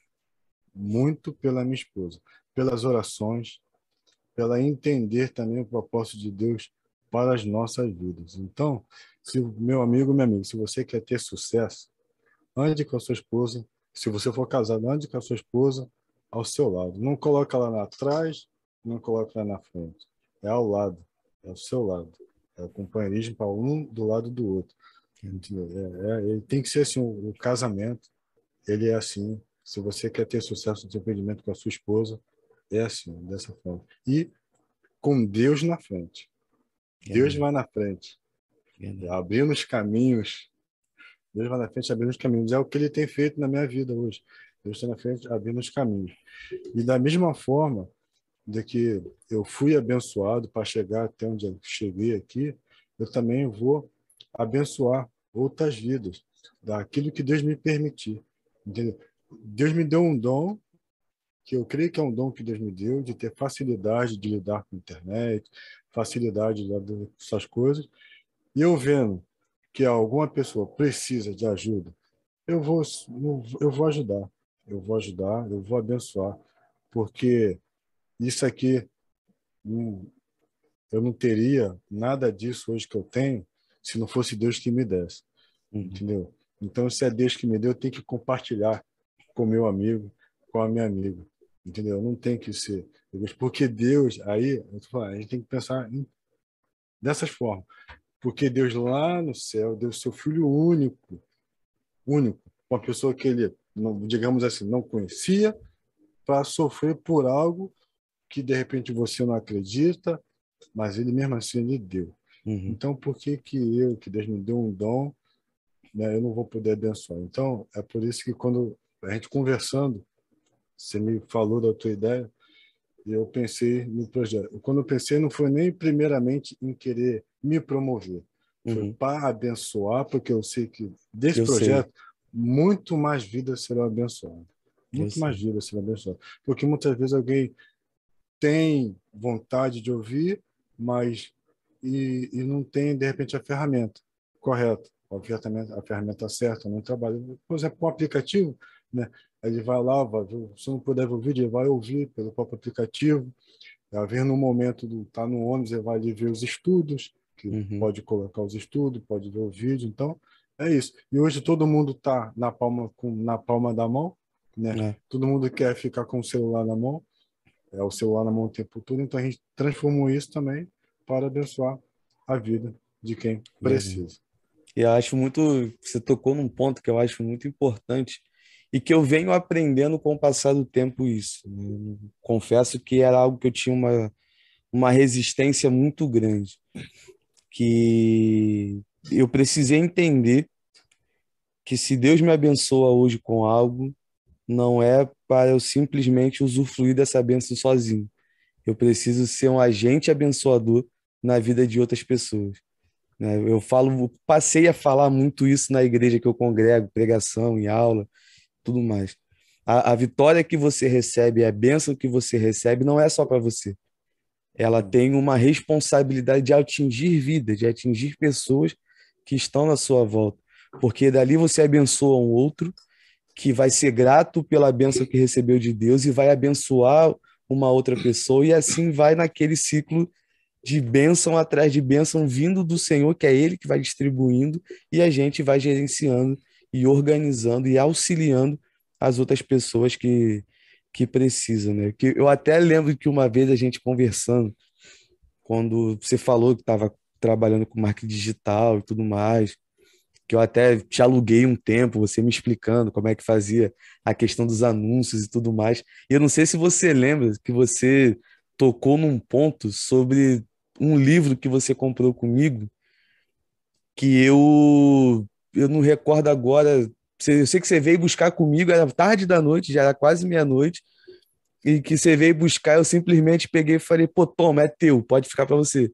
[SPEAKER 2] muito pela minha esposa, pelas orações, pela entender também o propósito de Deus para as nossas vidas. Então, se meu amigo, minha amiga, se você quer ter sucesso, ande com a sua esposa. Se você for casado, ande com a sua esposa ao seu lado. Não coloca lá atrás, não coloca lá na frente. É ao lado, é ao seu lado. É o companheirismo para um do lado do outro. Entendeu? Ele tem que ser assim, o casamento, ele é assim. Se você quer ter sucesso no seu empreendimento com a sua esposa, é assim, dessa forma. E com Deus na frente.
[SPEAKER 1] É,
[SPEAKER 2] Deus
[SPEAKER 1] né?
[SPEAKER 2] vai na frente,
[SPEAKER 1] É, né?
[SPEAKER 2] abrindo os caminhos. Deus vai na frente abrindo os caminhos. É o que ele tem feito na minha vida hoje. Deus está na frente abrindo os caminhos. E da mesma forma de que eu fui abençoado para chegar até onde eu cheguei aqui, eu também vou abençoar outras vidas, daquilo que Deus me permitir. Entendeu? Deus me deu um dom, que eu creio que é um dom que Deus me deu, de ter facilidade de lidar com a internet, facilidade de lidar com essas coisas. E eu vendo que alguma pessoa precisa de ajuda, eu vou ajudar, eu vou abençoar, porque isso aqui, eu não teria nada disso hoje que eu tenho se não fosse Deus que me desse,
[SPEAKER 1] Uhum.
[SPEAKER 2] entendeu? Então, se é Deus que me deu, eu tenho que compartilhar com meu amigo, com a minha amiga. entendeu? Não tem que ser egoísta, porque Deus, aí, eu tô falando, a gente tem que pensar dessas formas, porque Deus lá no céu deu seu Filho único, uma pessoa que ele, não, digamos assim, não conhecia, para sofrer por algo que de repente você não acredita, mas ele mesmo assim ele deu.
[SPEAKER 1] Uhum,
[SPEAKER 2] Então, por que que Deus me deu um dom, né, eu não vou poder abençoar? Então, é por isso que quando a gente conversando, você me falou da tua ideia, e eu pensei no projeto. Quando eu pensei, não foi nem primeiramente em querer me promover, foi
[SPEAKER 1] uhum.
[SPEAKER 2] para abençoar, porque eu sei que desse
[SPEAKER 1] Eu sei,
[SPEAKER 2] projeto muito mais vidas serão abençoadas.
[SPEAKER 1] eu
[SPEAKER 2] Muito mais
[SPEAKER 1] sei.
[SPEAKER 2] vidas serão abençoadas. Porque muitas vezes alguém tem vontade de ouvir, mas e não tem, de repente, a ferramenta correta, a ferramenta certa, não trabalha. Por exemplo, com o aplicativo, né? Ele vai lá, se não puder ver o vídeo, ele vai ouvir pelo próprio aplicativo. Vai ver no momento do tá no ônibus, ele vai ali ver os estudos, que
[SPEAKER 1] Uhum,
[SPEAKER 2] pode colocar os estudos, pode ver o vídeo. Então, é isso. E hoje todo mundo está na palma da mão, né?
[SPEAKER 1] é,
[SPEAKER 2] Todo mundo quer ficar com o celular na mão, é o celular na mão o tempo todo. Então a gente transformou isso também para abençoar a vida de quem
[SPEAKER 1] verdade.
[SPEAKER 2] precisa.
[SPEAKER 1] E eu acho muito, você tocou num ponto que eu acho muito importante e que eu venho aprendendo com o passar do tempo isso, né? Confesso que era algo que eu tinha uma resistência muito grande, que eu precisei entender que se Deus me abençoa hoje com algo, não é para eu simplesmente usufruir dessa bênção sozinho. Eu preciso ser um agente abençoador na vida de outras pessoas, né? Eu falo, passei a falar muito isso na igreja que eu congrego, pregação e aula, tudo mais. A vitória que você recebe, a bênção que você recebe, não é só para você. Ela tem uma responsabilidade de atingir vidas, de atingir pessoas que estão na sua volta. Porque dali você abençoa um outro que vai ser grato pela bênção que recebeu de Deus e vai abençoar uma outra pessoa, e assim vai naquele ciclo de bênção atrás de bênção vindo do Senhor, que é Ele que vai distribuindo, e a gente vai gerenciando e organizando e auxiliando as outras pessoas que precisam, né? Que eu até lembro que uma vez a gente conversando, quando você falou que estava trabalhando com marketing digital e tudo mais, que eu até te aluguei um tempo, você me explicando como é que fazia a questão dos anúncios e tudo mais. E eu não sei se você lembra que você tocou num ponto sobre um livro que você comprou comigo, que eu não recordo agora. Eu sei que você veio buscar comigo, era tarde da noite, já era quase meia-noite, e que você veio buscar, eu simplesmente peguei e falei, pô, toma, é teu, pode ficar para você.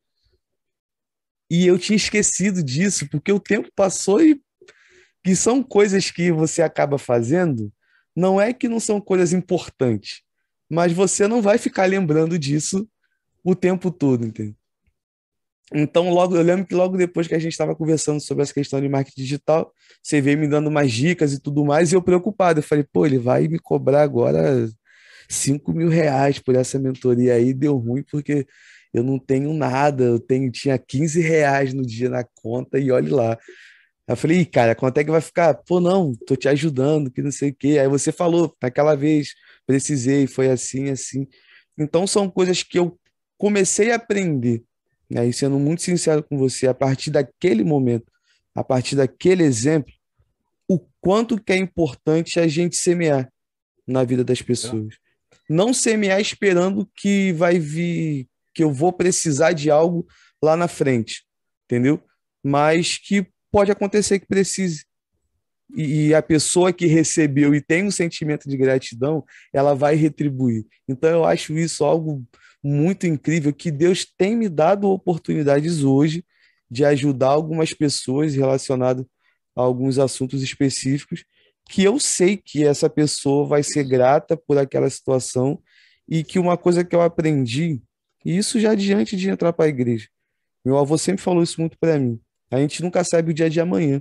[SPEAKER 1] E eu tinha esquecido disso, porque o tempo passou e que são coisas que você acaba fazendo, não é que não são coisas importantes, mas você não vai ficar lembrando disso o tempo todo, entende? Então, logo, eu lembro que logo depois que a gente estava conversando sobre essa questão de marketing digital, você veio me dando mais dicas e tudo mais, e eu preocupado, eu falei, pô, ele vai me cobrar agora R$ 5.000 por essa mentoria aí, deu ruim porque eu não tenho nada, tinha R$ 15 no dia na conta e olhe lá. Aí eu falei, "Ih, cara, quanto é que vai ficar? Pô, não, tô te ajudando, que não sei o quê." Aí você falou, naquela vez, precisei, foi assim, assim. Então são coisas que eu comecei a aprender, né? E sendo muito sincero com você, a partir daquele momento, a partir daquele exemplo, o quanto que é importante a gente semear na vida das
[SPEAKER 2] É,
[SPEAKER 1] pessoas. Não semear esperando que vai vir, que eu vou precisar de algo lá na frente, entendeu? Mas que pode acontecer que precise. E a pessoa que recebeu e tem um sentimento de gratidão, ela vai retribuir. Então eu acho isso algo muito incrível, que Deus tem me dado oportunidades hoje de ajudar algumas pessoas relacionadas a alguns assuntos específicos, que eu sei que essa pessoa vai ser grata por aquela situação, e que uma coisa que eu aprendi, e isso já diante de entrar para a igreja, meu avô sempre falou isso muito para mim: a gente nunca sabe o dia de amanhã.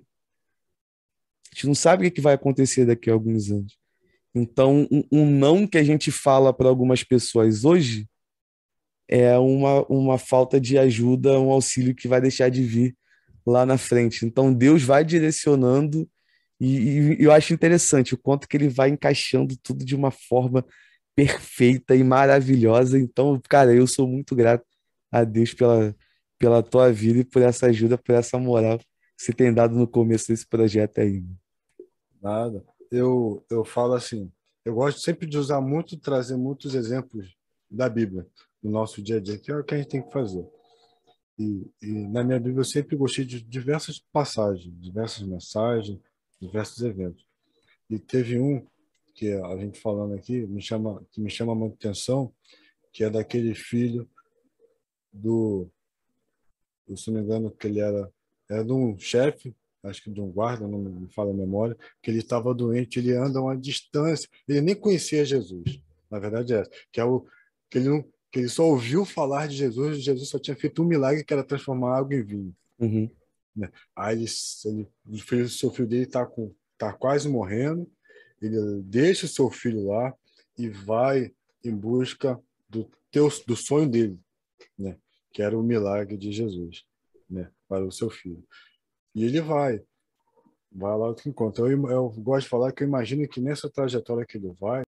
[SPEAKER 1] A gente não sabe o que vai acontecer daqui a alguns anos. Então, um não que a gente fala para algumas pessoas hoje é uma falta de ajuda, um auxílio que vai deixar de vir lá na frente. Então, Deus vai direcionando, e eu acho interessante o quanto que ele vai encaixando tudo de uma forma perfeita e maravilhosa. Então, cara, eu sou muito grato a Deus pela tua vida e por essa ajuda, por essa moral que você tem dado no começo desse projeto aí.
[SPEAKER 2] Nada. Eu falo assim, eu gosto sempre de usar muito, trazer muitos exemplos da Bíblia no nosso dia a dia, que é o que a gente tem que fazer. E na minha Bíblia eu sempre gostei de diversas passagens, diversas mensagens, diversos eventos. E teve um que a gente falando aqui que me chama muita atenção, que é daquele filho do, se não me engano, que ele era de um chefe, acho que de um guarda, não me fala a memória, que ele estava doente, ele anda a uma distância, ele nem conhecia Jesus. Na verdade é essa, que é o que ele não que ele só ouviu falar de Jesus, e Jesus só tinha feito um milagre que era transformar água em vinho,
[SPEAKER 1] Uhum,
[SPEAKER 2] né? Aí seu filho dele tá quase morrendo, ele deixa o seu filho lá e vai em busca do sonho dele, né? Que era o milagre de Jesus, né? Para o seu filho. E ele vai lá que encontra. Eu gosto de falar que eu imagino que nessa trajetória que ele vai,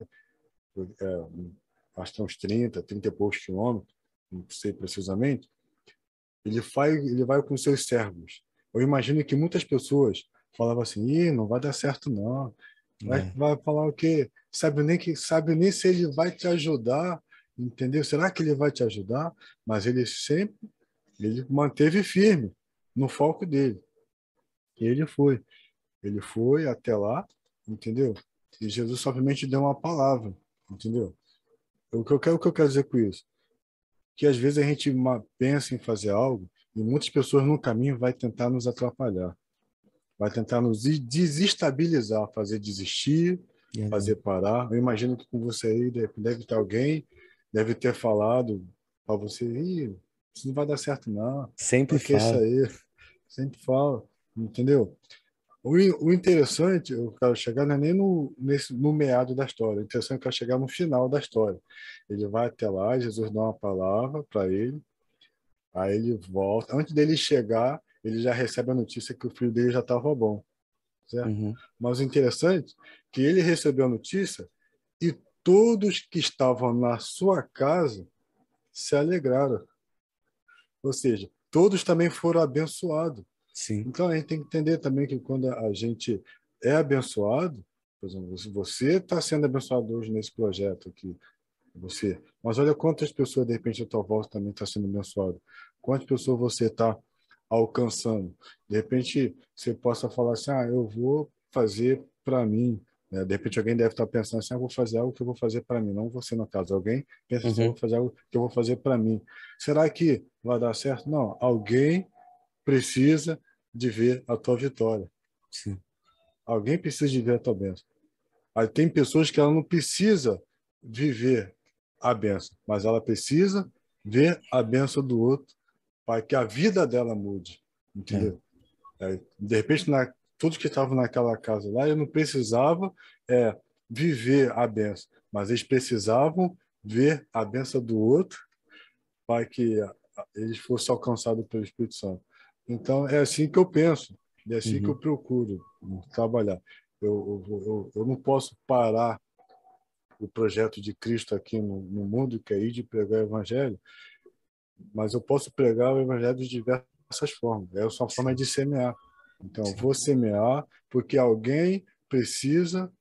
[SPEAKER 2] acho que uns 30 e poucos quilômetros, não sei precisamente, ele vai com seus servos. Eu imagino que muitas pessoas falavam assim: Ih, não vai dar certo, não.
[SPEAKER 1] é,
[SPEAKER 2] Vai falar o quê? Sabe nem se ele vai te ajudar, entendeu? Será que ele vai te ajudar? Mas ele manteve firme no foco dele. E ele foi até lá, entendeu? E Jesus simplesmente deu uma palavra, entendeu? O que eu quero dizer com isso? Que às vezes a gente pensa em fazer algo e muitas pessoas no caminho vai tentar nos atrapalhar, vai tentar nos desestabilizar, fazer desistir, fazer
[SPEAKER 1] é,
[SPEAKER 2] parar. Eu imagino que com você aí deve ter alguém, deve ter falado para você: Ih, isso não vai dar certo não,
[SPEAKER 1] sempre
[SPEAKER 2] para que isso
[SPEAKER 1] falo.
[SPEAKER 2] aí? Sempre fala, entendeu? O interessante, eu quero chegar não é nem no meado da história, o interessante é que eu quero chegar no final da história. Ele vai até lá, Jesus dá uma palavra para ele, aí ele volta. Antes dele chegar, ele já recebe a notícia que o filho dele já estava bom, certo?
[SPEAKER 1] Uhum,
[SPEAKER 2] Mas o interessante é que ele recebeu a notícia e todos que estavam na sua casa se alegraram. Ou seja, todos também foram abençoados.
[SPEAKER 1] sim.
[SPEAKER 2] Então, a gente tem que entender também que quando a gente é abençoado, por exemplo, se você está sendo abençoado hoje nesse projeto aqui, mas olha quantas pessoas, de repente, a tua volta também está sendo abençoado. Quantas pessoas você está alcançando. De repente, você possa falar assim: eu vou fazer para mim, né? De repente, alguém deve estar pensando assim: vou fazer algo que eu vou fazer para mim. Não você, no caso. Alguém pensa assim: vou
[SPEAKER 1] Uhum,
[SPEAKER 2] fazer algo que eu vou fazer para mim. Será que vai dar certo? Não. Alguém precisa de ver a tua vitória.
[SPEAKER 1] sim.
[SPEAKER 2] Alguém precisa de ver a tua bênção. Aí tem pessoas que ela não precisa viver a bênção, mas ela precisa ver a bênção do outro para que a vida dela mude,
[SPEAKER 1] É.
[SPEAKER 2] entendeu? De repente, todos que estavam naquela casa lá, eu não precisava é, viver a bênção, mas eles precisavam ver a bênção do outro para que eles fossem alcançados pelo Espírito Santo. Então, é assim que eu penso, é assim que eu
[SPEAKER 1] Uhum,
[SPEAKER 2] procuro trabalhar. Eu não posso parar o projeto de Cristo aqui no mundo, que é ir de pregar o Evangelho, mas eu posso pregar o Evangelho de diversas formas. É só uma forma
[SPEAKER 1] sim,
[SPEAKER 2] de semear. Então, eu
[SPEAKER 1] sim.
[SPEAKER 2] vou semear porque alguém precisa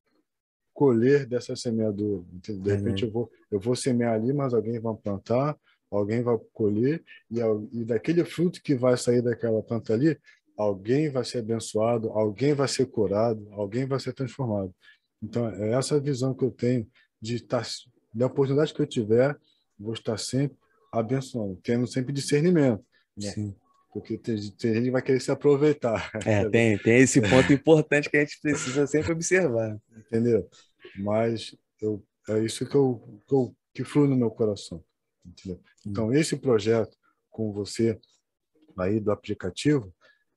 [SPEAKER 2] colher dessa semeadura. Entendeu? De repente,
[SPEAKER 1] Verdade.
[SPEAKER 2] eu vou semear ali, mas alguém vai plantar, alguém vai colher, e daquele fruto que vai sair daquela planta ali, alguém vai ser abençoado, alguém vai ser curado, alguém vai ser transformado. Então, é essa visão que eu tenho de estar, da oportunidade que eu tiver, vou estar sempre abençoando, tendo sempre discernimento, né?
[SPEAKER 1] Sim.
[SPEAKER 2] Porque tem gente que vai querer se aproveitar,
[SPEAKER 1] É, tem esse ponto importante que a gente precisa sempre observar.
[SPEAKER 2] entendeu? Mas é isso que flui no meu coração, entendeu?
[SPEAKER 1] Hum,
[SPEAKER 2] Então, esse projeto com você aí do aplicativo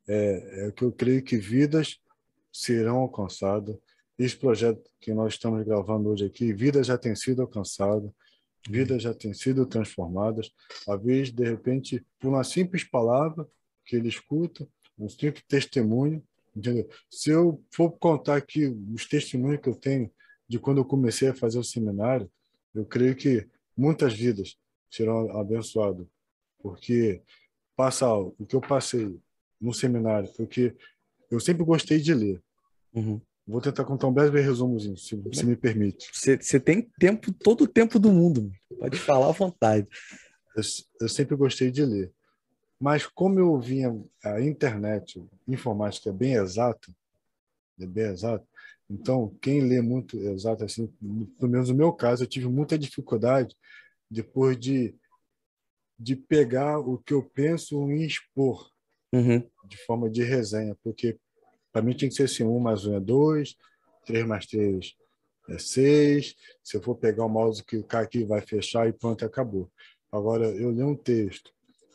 [SPEAKER 2] é que eu creio que vidas serão alcançadas. Esse projeto que nós estamos gravando hoje aqui, vidas já têm sido alcançadas,
[SPEAKER 1] Amém.
[SPEAKER 2] vidas já têm sido transformadas, às vezes, de repente, por uma simples palavra que ele escuta, um simples testemunho, entendeu? Se eu for contar aqui os testemunhos que eu tenho de quando eu comecei a fazer o seminário, Eu creio que muitas vidas serão abençoadas, porque passar o que eu passei no seminário, porque eu sempre gostei de ler.
[SPEAKER 1] Uhum.
[SPEAKER 2] Vou tentar contar um breve resumozinho, se me permite.
[SPEAKER 1] Você tem tempo, todo o tempo do mundo. Pode falar à vontade.
[SPEAKER 2] Eu, eu sempre gostei de ler. Mas como eu vinha a internet, informática é bem exato, então quem lê muito exato, assim, pelo menos no meu caso, eu tive muita dificuldade depois de pegar o que eu penso e expor
[SPEAKER 1] Uhum.
[SPEAKER 2] de forma de resenha, porque para mim tinha que ser assim, 1 mais 1 é 2, 3 mais 3 é 6. Se eu for pegar o mouse que o cara aqui vai fechar e pronto, acabou. Agora, eu leio um texto,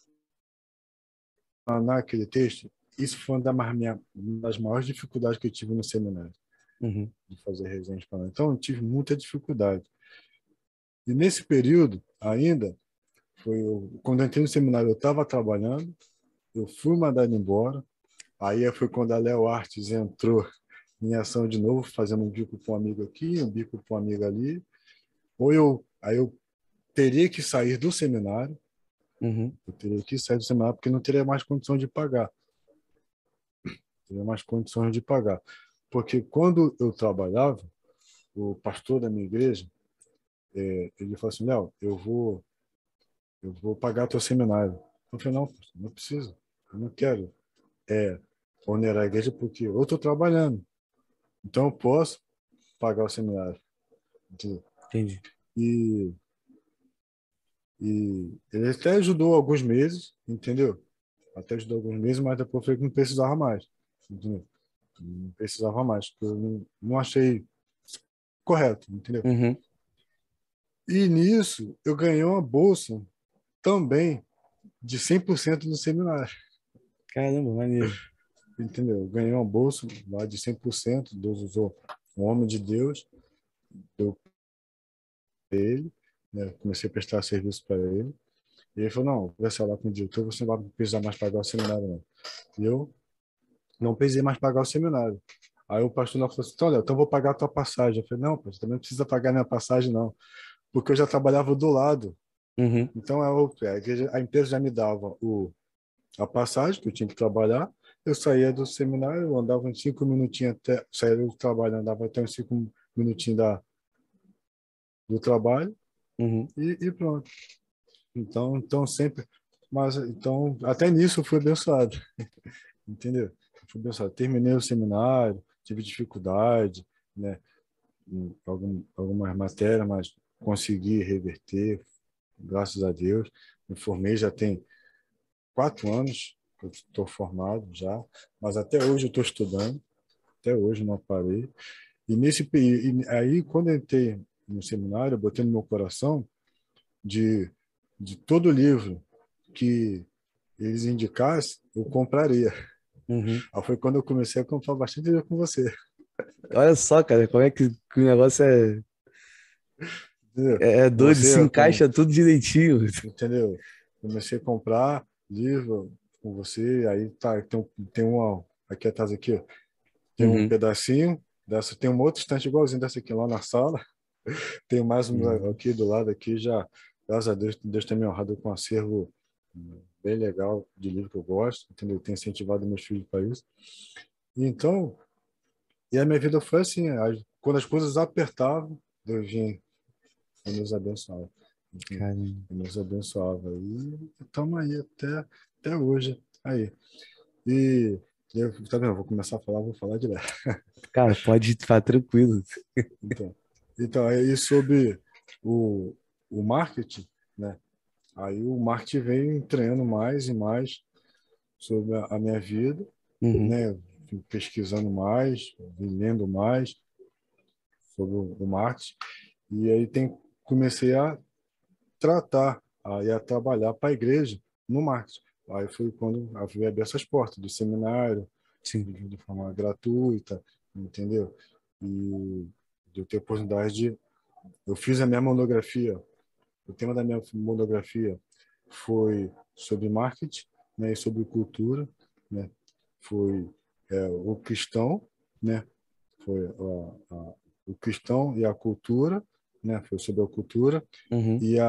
[SPEAKER 2] naquele texto, isso foi uma das maiores dificuldades que eu tive no seminário,
[SPEAKER 1] Uhum.
[SPEAKER 2] de fazer resenha em espanhol. Então, eu tive muita dificuldade. E nesse período, ainda, quando eu entrei no seminário, eu estava trabalhando, eu fui mandado embora. Aí foi quando a Léo Artes entrou em ação de novo, fazendo um bico para um amigo aqui, um bico para um amigo ali. Aí eu teria que sair do seminário,
[SPEAKER 1] Uhum.
[SPEAKER 2] eu teria que sair do seminário porque não teria mais condição de pagar, teria mais condições de pagar. Porque quando eu trabalhava, o pastor da minha igreja, ele falou assim, Léo, eu vou pagar teu seminário. Eu falei, não, pastor, não precisa, eu não quero onerar a igreja porque eu estou trabalhando, então eu posso pagar o seminário.
[SPEAKER 1] Entendi.
[SPEAKER 2] E, e ele até ajudou alguns meses, entendeu? Até ajudou alguns meses, mas depois foi que não precisava mais, entendeu? Não precisava mais, porque eu não achei correto, entendeu?
[SPEAKER 1] Uhum.
[SPEAKER 2] E nisso, eu ganhei uma bolsa também de 100% no seminário,
[SPEAKER 1] Caramba, maneiro.
[SPEAKER 2] entendeu? Eu ganhei uma bolsa lá de 100%, Deus usou um homem de Deus, deu para ele, né? Comecei a prestar serviço para ele. E ele falou, não, conversar lá com o diretor, você não vai precisar mais pagar o seminário, não. E eu não precisei mais pagar o seminário. Aí o pastor lá falou assim, olha, então eu vou pagar a tua passagem. Eu falei, não, pastor, também não precisa pagar minha passagem, não. Porque eu já trabalhava do lado.
[SPEAKER 1] Uhum.
[SPEAKER 2] Então a empresa já me dava a passagem, que eu tinha que trabalhar. Eu saía do seminário, eu andava uns 5 minutinhos até, saía do trabalho, andava até uns 5 minutinhos do trabalho
[SPEAKER 1] Uhum.
[SPEAKER 2] e pronto. Então sempre, mas então até nisso eu fui abençoado, entendeu? Eu fui abençoado. Terminei o seminário, tive dificuldade, né, em algumas matérias, mas consegui reverter, graças a Deus. Me formei já tem 4 anos que eu estou formado já, mas até hoje eu estou estudando, até hoje não parei. Aí quando eu entrei no seminário, eu botei no meu coração de de todo livro que eles indicassem, eu compraria.
[SPEAKER 1] Uhum.
[SPEAKER 2] Aí foi quando eu comecei a comprar bastante livro com você.
[SPEAKER 1] Olha só, cara, como é que o negócio
[SPEAKER 2] Entendeu?
[SPEAKER 1] é doido, se
[SPEAKER 2] Você,
[SPEAKER 1] encaixa tudo direitinho.
[SPEAKER 2] entendeu? Comecei a comprar livro com você, aí tá, tem uma aqui atrás aqui, ó, tem um
[SPEAKER 1] Uhum.
[SPEAKER 2] pedacinho dessa, tem um outro estante igualzinho dessa aqui lá na sala, tem mais um
[SPEAKER 1] Uhum.
[SPEAKER 2] aqui do lado aqui já, graças a Deus, Deus tem me honrado com um acervo bem legal de livro que eu gosto, entendeu? Tenho incentivado meus filhos para isso. E então, e a minha vida foi assim, quando as coisas apertavam, Deus vinha e nos abençoava. Enfim,
[SPEAKER 1] Caramba.
[SPEAKER 2] e nos abençoava. E estamos aí até hoje. Aí. E tá vendo? Vou começar a falar, vou falar direto.
[SPEAKER 1] Cara, pode ficar tranquilo.
[SPEAKER 2] Então, então aí sobre o, o marketing, né? Aí o marketing vem treinando mais e mais sobre a minha vida,
[SPEAKER 1] Uhum.
[SPEAKER 2] né? Fui pesquisando mais, vim lendo mais sobre o marketing. E aí comecei a tratar, aí a trabalhar para a igreja no marketing. Aí foi quando eu abri essas portas do seminário,
[SPEAKER 1] Sim.
[SPEAKER 2] de forma gratuita, entendeu? E de eu ter oportunidade eu fiz a minha monografia, o tema da minha monografia foi sobre marketing, né, e sobre cultura, né? Foi o cristão, né? Foi o cristão e a cultura, né? Foi sobre a cultura.
[SPEAKER 1] Uhum.
[SPEAKER 2] E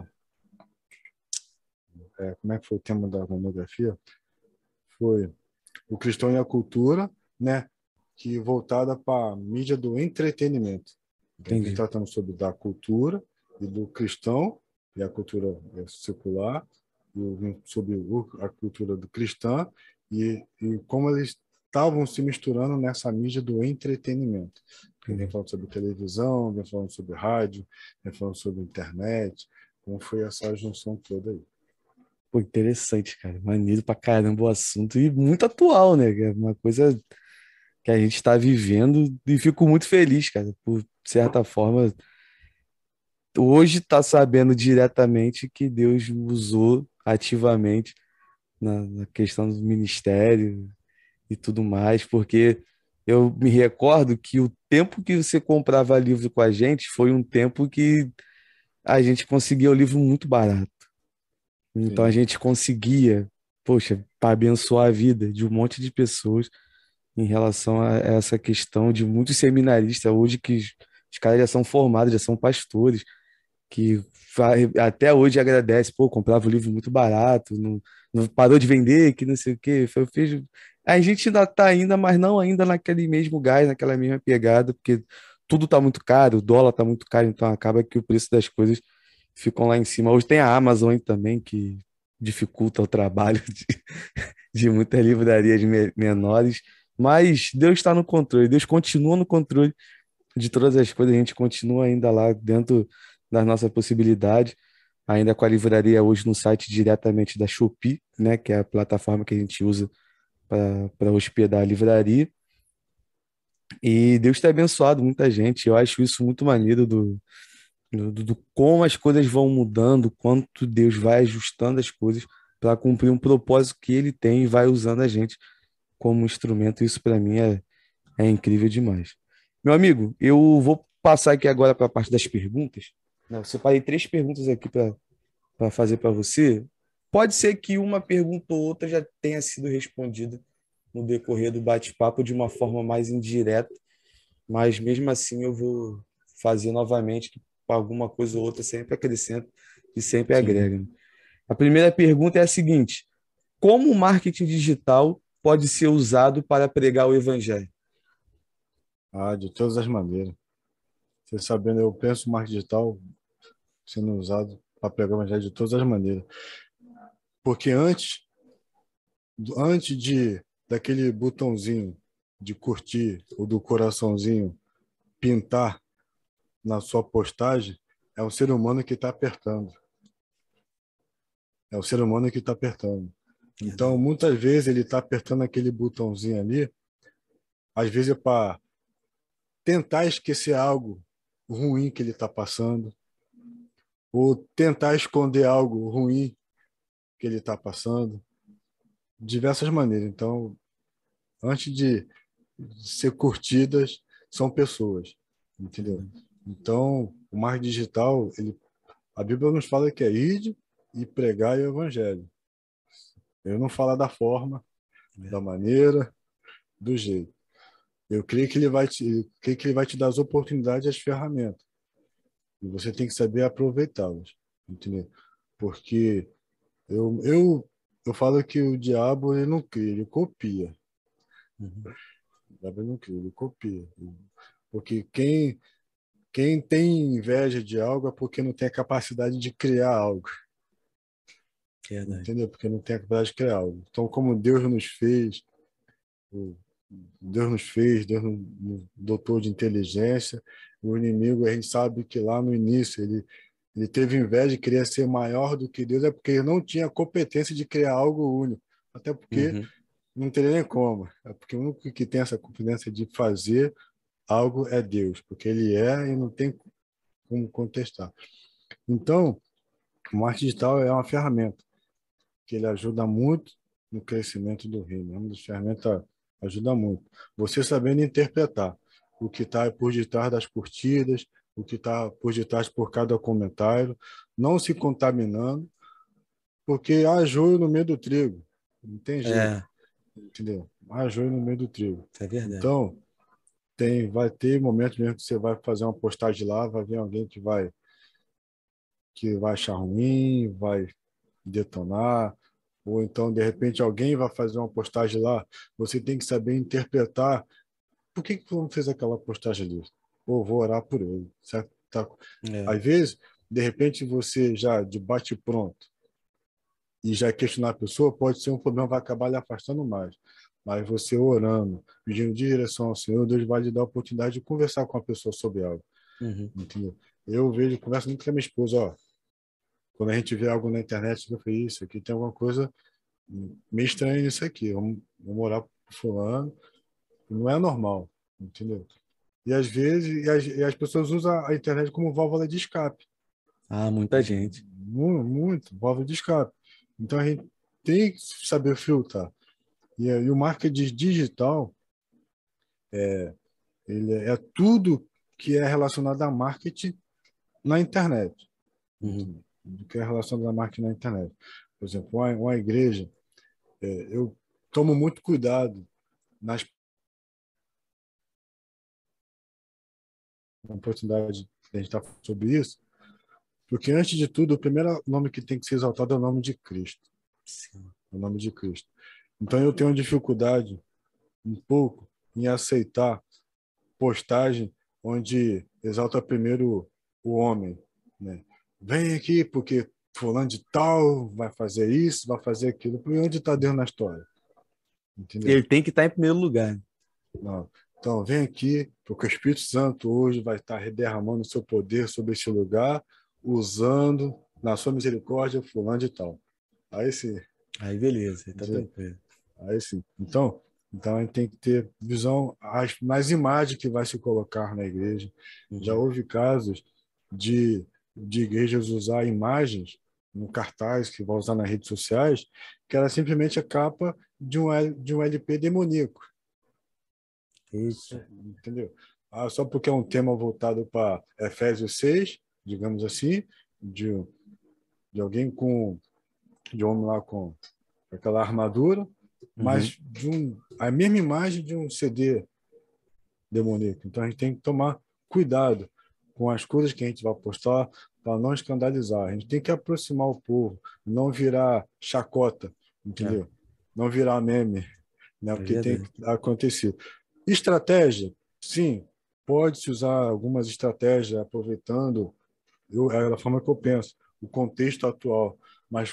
[SPEAKER 2] como é que foi o tema da monografia? Foi o cristão e a cultura, né? Que voltada para a mídia do entretenimento. Então, vem
[SPEAKER 1] Entendi.
[SPEAKER 2] tratando sobre da cultura e do cristão, e a cultura secular, sobre a cultura do cristã, e como eles estavam se misturando nessa mídia do entretenimento. Ele vem
[SPEAKER 1] Entendi.
[SPEAKER 2] falando sobre televisão, vem falando sobre rádio, vem falando sobre internet, como foi essa junção toda aí.
[SPEAKER 1] Pô, interessante, cara. Maneiro pra caramba o assunto e muito atual, né? Que é uma coisa que a gente está vivendo e fico muito feliz, cara, por certa forma, hoje tá sabendo diretamente que Deus usou ativamente na questão do ministério e tudo mais, porque eu me recordo que o tempo que você comprava livro com a gente foi um tempo que a gente conseguia o livro muito barato. Então a
[SPEAKER 2] Sim,
[SPEAKER 1] gente conseguia, poxa, para abençoar a vida de um monte de pessoas em relação a essa questão de muitos seminaristas hoje que os caras já são formados, já são pastores, que até hoje agradece, pô, comprava o livro muito barato, não parou de vender, que não sei o quê. A gente ainda tá ainda, mas não ainda naquele mesmo gás, naquela mesma pegada, porque tudo tá muito caro, o dólar tá muito caro, então acaba que o preço das coisas ficam lá em cima. Hoje tem a Amazon aí também, que dificulta o trabalho de muitas livrarias menores, mas Deus está no controle, Deus continua no controle de todas as coisas, a gente continua ainda lá dentro das nossas possibilidades, ainda com a livraria hoje no site diretamente da Shopee, né, que é a plataforma que a gente usa para hospedar a livraria. E Deus tem abençoado muita gente. Eu acho isso muito maneiro do como as coisas vão mudando, quanto Deus vai ajustando as coisas para cumprir um propósito que Ele tem e vai usando a gente como instrumento. Isso para mim é incrível demais. Meu amigo, eu vou passar aqui agora para a parte das perguntas. Eu separei três perguntas aqui para fazer para você. Pode ser que uma pergunta ou outra já tenha sido respondida no decorrer do bate-papo de uma forma mais indireta, mas mesmo assim eu vou fazer novamente, que alguma coisa ou outra sempre acrescenta e sempre
[SPEAKER 2] sim.
[SPEAKER 1] agrega. A primeira pergunta é a seguinte: como o marketing digital pode ser usado para pregar o evangelho?
[SPEAKER 2] De todas as maneiras. Você sabendo, eu penso o marketing digital sendo usado para pegar já de todas as maneiras. Porque antes de daquele botãozinho de curtir ou do coraçãozinho pintar na sua postagem, é o ser humano que está apertando. É o ser humano que está apertando. Então,
[SPEAKER 1] Verdade.
[SPEAKER 2] muitas vezes ele está apertando aquele botãozinho ali, às vezes é para tentar esquecer algo ruim que ele está passando, ou tentar esconder algo ruim que ele está passando, de diversas maneiras. Então, antes de ser curtidas, são pessoas, entendeu? Então, o marketing digital, a Bíblia nos fala que é ir e pregar o evangelho. Eu não falo da forma, da maneira, do jeito. Eu creio que ele vai te dar as oportunidades e as ferramentas. E você tem que saber aproveitá-las, entendeu? Porque eu, eu, eu falo que o diabo ele não cria, ele copia.
[SPEAKER 1] Uhum.
[SPEAKER 2] O diabo ele não cria, ele copia. Porque quem tem inveja de algo é porque não tem a capacidade de criar algo,
[SPEAKER 1] Verdade.
[SPEAKER 2] entendeu? Porque não tem a capacidade de criar algo. Então, como Deus nos fez, o- Deus nos dotou de inteligência, o inimigo, a gente sabe que lá no início ele teve inveja e queria ser maior do que Deus, é porque ele não tinha competência de criar algo único. Até porque
[SPEAKER 1] Uhum.
[SPEAKER 2] não teria nem como. É porque o único que tem essa competência de fazer algo é Deus, porque ele é e não tem como contestar. Então, o marketing digital é uma ferramenta que ele ajuda muito no crescimento do reino. É uma das ferramentas ajuda muito. Você sabendo interpretar o que está por detrás das curtidas, o que está por detrás por cada comentário, não se contaminando, porque há joio no meio do trigo. Não tem jeito,
[SPEAKER 1] É,
[SPEAKER 2] entendeu? Há joio no meio do trigo.
[SPEAKER 1] isso é verdade.
[SPEAKER 2] Então, vai ter momentos mesmo que você vai fazer uma postagem lá, vai vir alguém que vai achar ruim, vai detonar, ou então, de repente, alguém vai fazer uma postagem lá, você tem que saber interpretar por que que você fez aquela postagem ali. Ou vou orar por ele, certo? Tá.
[SPEAKER 1] É.
[SPEAKER 2] Às vezes, de repente, você já de bate pronto e já questionar a pessoa, pode ser um problema, vai acabar lhe afastando mais. Mas você orando, pedindo direção ao Senhor, Deus vai lhe dar a oportunidade de conversar com a pessoa sobre algo.
[SPEAKER 1] Uhum.
[SPEAKER 2] Entendeu? Eu vejo, converso muito com a minha esposa, ó, quando a gente vê algo na internet, eu falei, isso aqui tem alguma coisa meio estranha nisso aqui, vamos orar por fulano, não é normal, entendeu? E às vezes, e as pessoas usam a internet como válvula de escape.
[SPEAKER 1] Ah, muita gente.
[SPEAKER 2] Muito, muito, válvula de escape. Então a gente tem que saber filtrar. E o marketing digital, ele é tudo que é relacionado a marketing na internet.
[SPEAKER 1] Uhum.
[SPEAKER 2] Do que é relacionado a marketing na internet. Por exemplo, uma igreja, eu tomo muito cuidado nas oportunidades de a gente estar falando sobre isso, porque antes de tudo, o primeiro nome que tem que ser exaltado é o nome de Cristo.
[SPEAKER 1] Sim.
[SPEAKER 2] É o nome de Cristo. Então eu tenho dificuldade um pouco em aceitar postagem onde exalta primeiro o homem, né? Vem aqui porque fulano de tal vai fazer isso, vai fazer aquilo. E onde está Deus na história? Entendeu?
[SPEAKER 1] Ele tem que estar em primeiro lugar.
[SPEAKER 2] Não. Então, vem aqui, porque o Espírito Santo hoje vai estar derramando o seu poder sobre este lugar, usando, na sua misericórdia, fulano de tal. Aí sim,
[SPEAKER 1] Aí beleza, aí tá tranquilo.
[SPEAKER 2] aí sim. Então a gente tem que ter visão nas imagens que vai se colocar na igreja. Já
[SPEAKER 1] Uhum.
[SPEAKER 2] houve casos de igrejas usar imagens no cartaz que vai usar nas redes sociais, que era simplesmente a capa de um LP demoníaco.
[SPEAKER 1] Eita.
[SPEAKER 2] Entendeu? Ah, só porque é um tema voltado para Efésios 6, digamos assim, de, de alguém de um homem lá com aquela armadura,
[SPEAKER 1] Uhum.
[SPEAKER 2] mas a mesma imagem de um CD demoníaco. Então a gente tem que tomar cuidado com as coisas que a gente vai postar para não escandalizar. A gente tem que aproximar o povo, não virar chacota,
[SPEAKER 1] É,
[SPEAKER 2] entendeu? Não virar meme, né?
[SPEAKER 1] é
[SPEAKER 2] Porque tem
[SPEAKER 1] verdade.
[SPEAKER 2] que acontecer. Estratégia, sim, pode-se usar algumas estratégias aproveitando é a forma que eu penso, o contexto atual, mas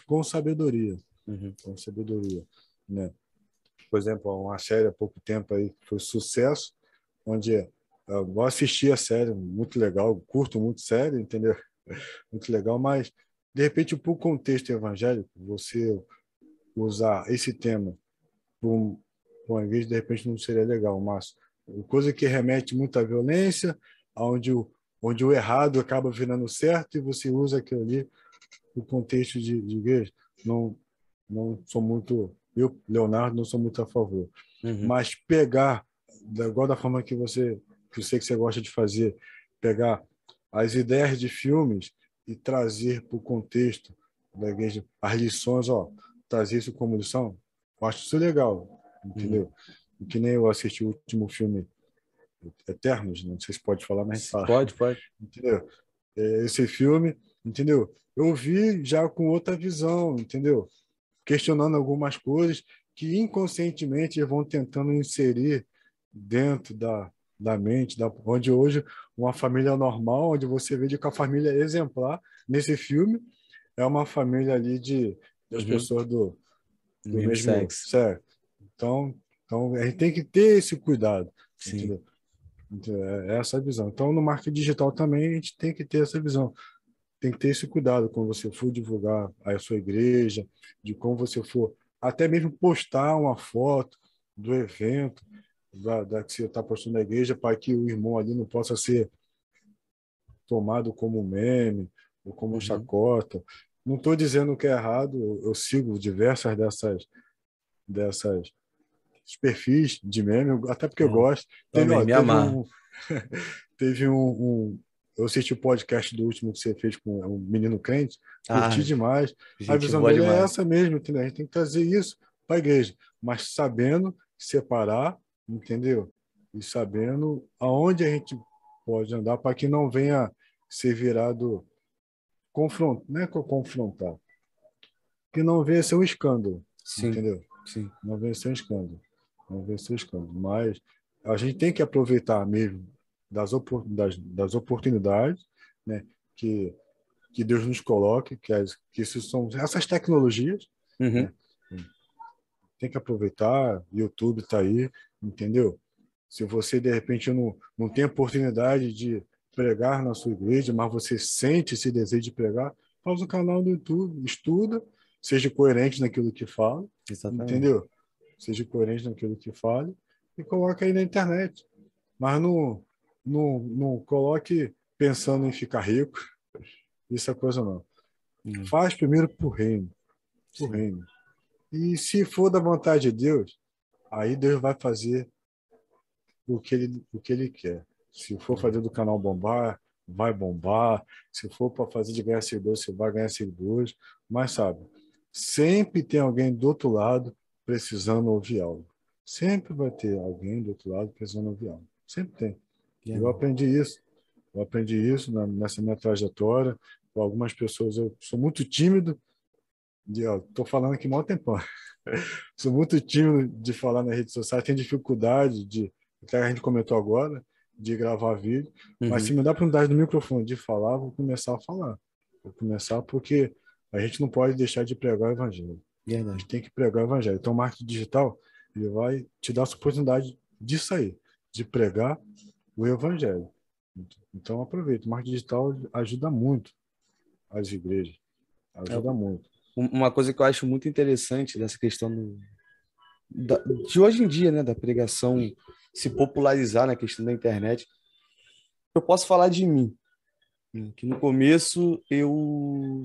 [SPEAKER 1] Uhum.
[SPEAKER 2] com sabedoria, né? Por exemplo, uma série há pouco tempo aí que foi sucesso, onde eu assisti a série, muito legal, curto muito série, entendeu? Muito legal, mas de repente, para o contexto evangélico, você usar esse tema para uma igreja, de repente não seria legal, mas coisa que remete muito à violência, onde o errado acaba virando certo e você usa aquilo ali no contexto de igreja. Não, não sou muito, eu, Leonardo, não sou muito a favor.
[SPEAKER 1] Uhum.
[SPEAKER 2] Mas pegar, igual da forma que eu sei que você gosta de fazer, pegar as ideias de filmes e trazer para o contexto da igreja as lições, ó, trazer isso como lição, eu acho isso legal,
[SPEAKER 1] Uhum.
[SPEAKER 2] entendeu? E que nem eu assisti o último filme Eternos, não sei se pode falar, mas a gente fala,
[SPEAKER 1] Pode, pode.
[SPEAKER 2] entendeu? Esse filme, entendeu? Eu vi já com outra visão, entendeu? Questionando algumas coisas que inconscientemente vão tentando inserir dentro da mente, onde hoje uma família normal, onde você vê que a família exemplar nesse filme é uma família ali das
[SPEAKER 1] Uhum.
[SPEAKER 2] pessoas
[SPEAKER 1] No
[SPEAKER 2] do
[SPEAKER 1] mesmo
[SPEAKER 2] mesmo
[SPEAKER 1] sexo.
[SPEAKER 2] sexo. Então, a gente tem que ter esse cuidado,
[SPEAKER 1] Sim.
[SPEAKER 2] entendeu? Então, é essa a visão. Então, no marketing digital também a gente tem que ter essa visão. Tem que ter esse cuidado quando você for divulgar a sua igreja, de como você for, até mesmo postar uma foto do evento que você está postando na igreja, para que o irmão ali não possa ser tomado como meme ou como
[SPEAKER 1] Uhum.
[SPEAKER 2] chacota. Não estou dizendo que é errado, eu sigo diversas dessas perfis de meme, até porque eu
[SPEAKER 1] É.
[SPEAKER 2] gosto.
[SPEAKER 1] Também me amar.
[SPEAKER 2] Teve eu assisti o podcast do último que você fez com o menino crente,
[SPEAKER 1] Ah,
[SPEAKER 2] curti demais. A
[SPEAKER 1] gente
[SPEAKER 2] visão
[SPEAKER 1] boa
[SPEAKER 2] dele é
[SPEAKER 1] demais.
[SPEAKER 2] essa mesmo, entendeu? A gente tem que trazer isso para a igreja, mas sabendo separar, entendeu? e sabendo aonde a gente pode andar para que não venha ser virado confronto, não é confrontar, que não venha ser um escândalo,
[SPEAKER 1] Sim,
[SPEAKER 2] entendeu?
[SPEAKER 1] sim.
[SPEAKER 2] Não venha ser um escândalo, não venha ser um escândalo. Mas a gente tem que aproveitar mesmo das oportunidades, né, que, que Deus nos coloque, que isso são essas tecnologias,
[SPEAKER 1] Uhum.
[SPEAKER 2] né? Tem que aproveitar, YouTube está aí, entendeu? Se você, de repente, não tem oportunidade de pregar na sua igreja, mas você sente esse desejo de pregar, faz um canal no YouTube, estuda, seja coerente naquilo que fala,
[SPEAKER 1] Exatamente.
[SPEAKER 2] entendeu? Seja coerente naquilo que fala e coloca aí na internet. Mas não coloque pensando em ficar rico, isso é coisa não.
[SPEAKER 1] Uhum.
[SPEAKER 2] Faz primeiro por
[SPEAKER 1] Sim.
[SPEAKER 2] reino. E se for da vontade de Deus, aí Deus vai fazer o que ele quer. Se for fazer do canal bombar, vai bombar. Se for para fazer de ganhar seguidores, você vai ganhar seguidores. Mas sabe, sempre tem alguém do outro lado precisando ouvir algo. Sempre vai ter alguém do outro lado precisando ouvir algo. Sempre tem. Eu
[SPEAKER 1] Yeah.
[SPEAKER 2] aprendi isso. Eu aprendi isso nessa minha trajetória. Com algumas pessoas, eu sou muito tímido. Estou falando aqui há maior tempão. Sou muito tímido de falar na rede social, tenho dificuldade de, até a gente comentou agora, de gravar vídeo, mas se
[SPEAKER 1] Uhum.
[SPEAKER 2] me dá a oportunidade do microfone de falar, vou começar a falar. Vou começar porque a gente não pode deixar de pregar o evangelho. A
[SPEAKER 1] Verdade.
[SPEAKER 2] gente tem que pregar o evangelho. Então, o marketing digital, ele vai te dar essa oportunidade disso aí, de pregar o evangelho. Então, aproveita. O marketing digital ajuda muito as igrejas,
[SPEAKER 1] É,
[SPEAKER 2] ajuda muito.
[SPEAKER 1] uma coisa que eu acho muito interessante dessa questão de hoje em dia, né, da pregação se popularizar na questão da internet, eu posso falar de mim, né, que no começo eu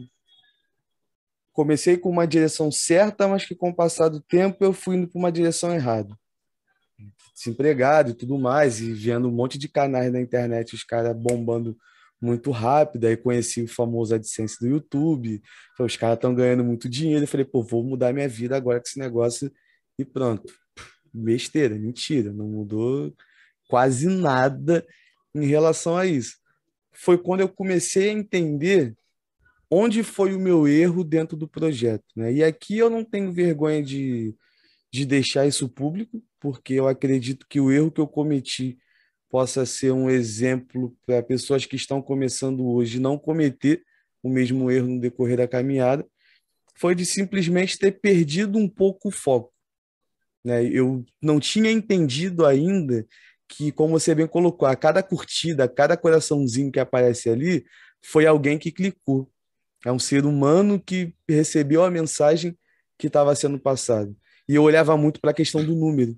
[SPEAKER 1] comecei com uma direção certa, mas que com o passar do tempo eu fui indo para uma direção errada. Desempregado e tudo mais, e vendo um monte de canais na internet, os caras bombando muito rápido, aí conheci o famoso AdSense do YouTube, falei, os caras estão ganhando muito dinheiro, eu falei, pô, vou mudar minha vida agora com esse negócio e pronto. Besteira, mentira, não mudou quase nada em relação a isso. Foi quando eu comecei a entender onde foi o meu erro dentro do projeto, né? E aqui eu não tenho vergonha de deixar isso público, porque eu acredito que o erro que eu cometi possa ser um exemplo para pessoas que estão começando hoje não cometer o mesmo erro no decorrer da caminhada, foi de simplesmente ter perdido um pouco o foco, né? Eu não tinha entendido ainda que, como você bem colocou, a cada curtida, a cada coraçãozinho que aparece ali, foi alguém que clicou. É um ser humano que recebeu a mensagem que estava sendo passada. E eu olhava muito para a questão do número.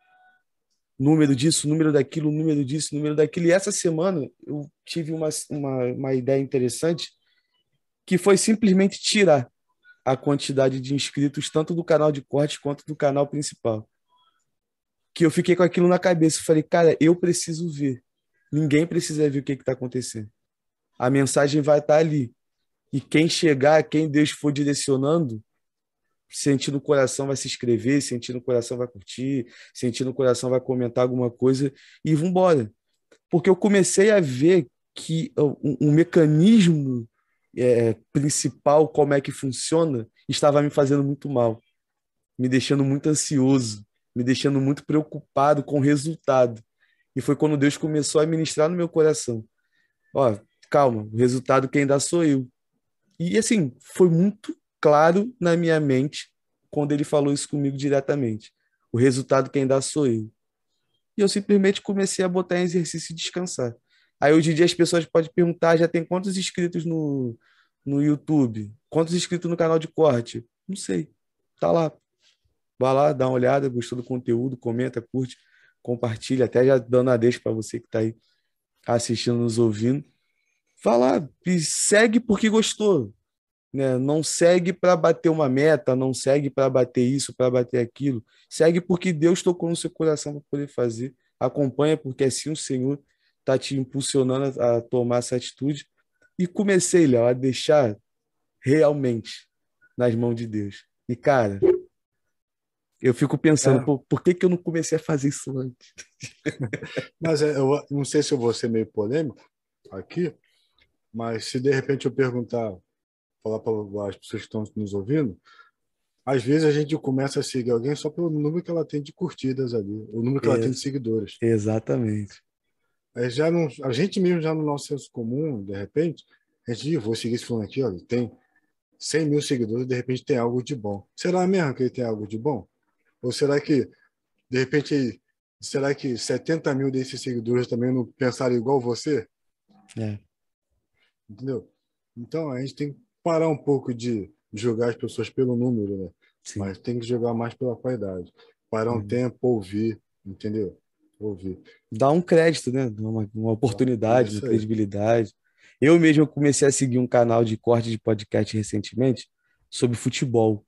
[SPEAKER 1] Número disso, número daquilo, número disso, número daquilo. E essa semana eu tive uma ideia interessante, que foi simplesmente tirar a quantidade de inscritos, tanto do canal de corte quanto do canal principal. Que eu fiquei com aquilo na cabeça. Falei, cara, eu preciso ver. Ninguém precisa ver o que está acontecendo. A mensagem vai estar ali. E quem chegar, quem Deus for direcionando, sentindo o coração vai se inscrever, sentindo o coração vai curtir, sentindo o coração vai comentar alguma coisa e vambora. Porque eu comecei a ver que o mecanismo principal, como é que funciona, estava me fazendo muito mal, me deixando muito ansioso, me deixando muito preocupado com o resultado. E foi quando Deus começou a ministrar no meu coração. Ó, calma, o resultado quem dá sou eu. E assim, foi muito claro na minha mente quando ele falou isso comigo diretamente. O resultado quem dá sou eu. E eu simplesmente comecei a botar em exercício e descansar. Aí hoje em dia as pessoas podem perguntar, já tem quantos inscritos no YouTube? Quantos inscritos no canal de corte? Não sei. Tá lá. Vai lá, dá uma olhada, gostou do conteúdo, comenta, curte, compartilha, até já dando a deixa para você que está aí assistindo, nos ouvindo. Vai lá e segue porque gostou, né? Não segue para bater uma meta, não segue para bater isso, para bater aquilo. Segue porque Deus tocou no seu coração para poder fazer. Acompanha porque assim o Senhor está te impulsionando a tomar essa atitude. E comecei, Léo, a deixar realmente nas mãos de Deus. E, cara, Eu fico pensando,
[SPEAKER 2] É,
[SPEAKER 1] pô, por que que eu não comecei a fazer isso antes?
[SPEAKER 2] mas eu não sei se eu vou ser meio polêmico aqui, mas se de repente eu perguntar, falar para as pessoas que estão nos ouvindo, às vezes a gente começa a seguir alguém só pelo número que ela tem de curtidas ali, o número que ela tem de
[SPEAKER 1] Ex-
[SPEAKER 2] seguidores.
[SPEAKER 1] Exatamente.
[SPEAKER 2] Aí já não, a gente mesmo já no nosso senso comum, de repente, a gente diz, vou seguir esse fulano aqui, olha, tem 100 mil seguidores, de repente tem algo de bom. Será mesmo que ele tem algo de bom? Ou será que, de repente, será que 70 mil desses seguidores também não pensaram igual você?
[SPEAKER 1] É,
[SPEAKER 2] Entendeu? Então, a gente tem que parar um pouco de julgar as pessoas pelo número, né?
[SPEAKER 1] sim.
[SPEAKER 2] Mas tem que julgar mais pela qualidade. Parar um
[SPEAKER 1] É.
[SPEAKER 2] tempo, ouvir, entendeu? Ouvir.
[SPEAKER 1] Dá um crédito, né? Uma
[SPEAKER 2] Tá?
[SPEAKER 1] oportunidade, uma
[SPEAKER 2] Isso aí.
[SPEAKER 1] credibilidade. Eu mesmo comecei a seguir um canal de corte de podcast recentemente sobre futebol.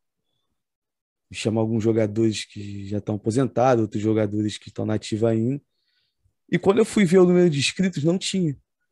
[SPEAKER 1] Chama alguns jogadores que já estão aposentados, outros jogadores que estão na ativa ainda. E quando eu fui ver o número de inscritos, não tinha.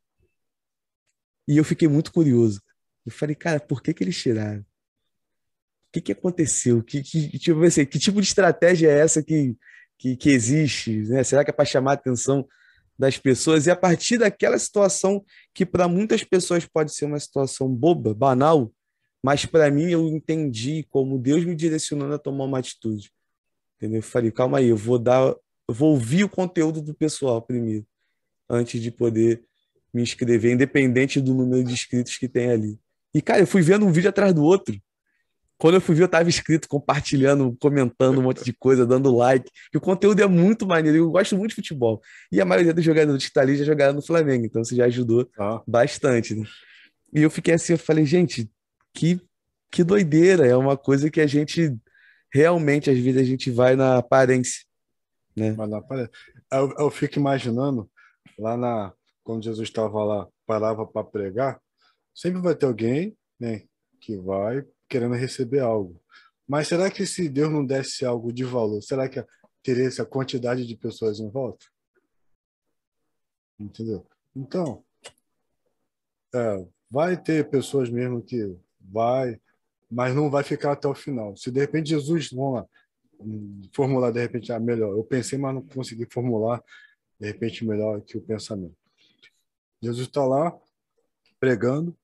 [SPEAKER 1] E eu fiquei muito curioso. Eu falei, cara, por que que eles tiraram? O que que aconteceu? Tipo, assim, que tipo de estratégia é essa que existe? Né? Será que é para chamar a atenção das pessoas? E a partir daquela situação que para muitas pessoas pode ser uma situação boba, banal, mas para mim eu entendi como Deus me direcionando a tomar uma atitude. Entendeu? Eu falei, calma aí, eu vou ouvir o conteúdo do pessoal primeiro, antes de poder me inscrever, independente do número de inscritos que tem ali. E, cara, eu fui vendo um vídeo atrás do outro. Quando eu fui ver, eu estava inscrito, compartilhando, comentando um monte de coisa, dando like. Que o conteúdo é muito maneiro. Eu gosto muito de futebol. E a maioria dos jogadores que está ali já jogaram no Flamengo, então isso já ajudou
[SPEAKER 2] Tá?
[SPEAKER 1] bastante, né? E eu fiquei assim, eu falei, gente, que, que doideira. É uma coisa que a gente realmente, às vezes, a gente vai na aparência, né?
[SPEAKER 2] Mas não aparece. Eu fico imaginando, lá na, quando Jesus estava lá, parava para pregar, sempre vai ter alguém, né, que vai querendo receber algo. Mas será que se Deus não desse algo de valor, será que teria essa quantidade de pessoas em volta? Entendeu? Então, vai ter pessoas mesmo que vai, mas não vai ficar até o final. Se de repente Jesus, vamos lá, formular de repente, melhor, eu pensei, mas não consegui formular de repente melhor que o pensamento. Jesus está lá pregando,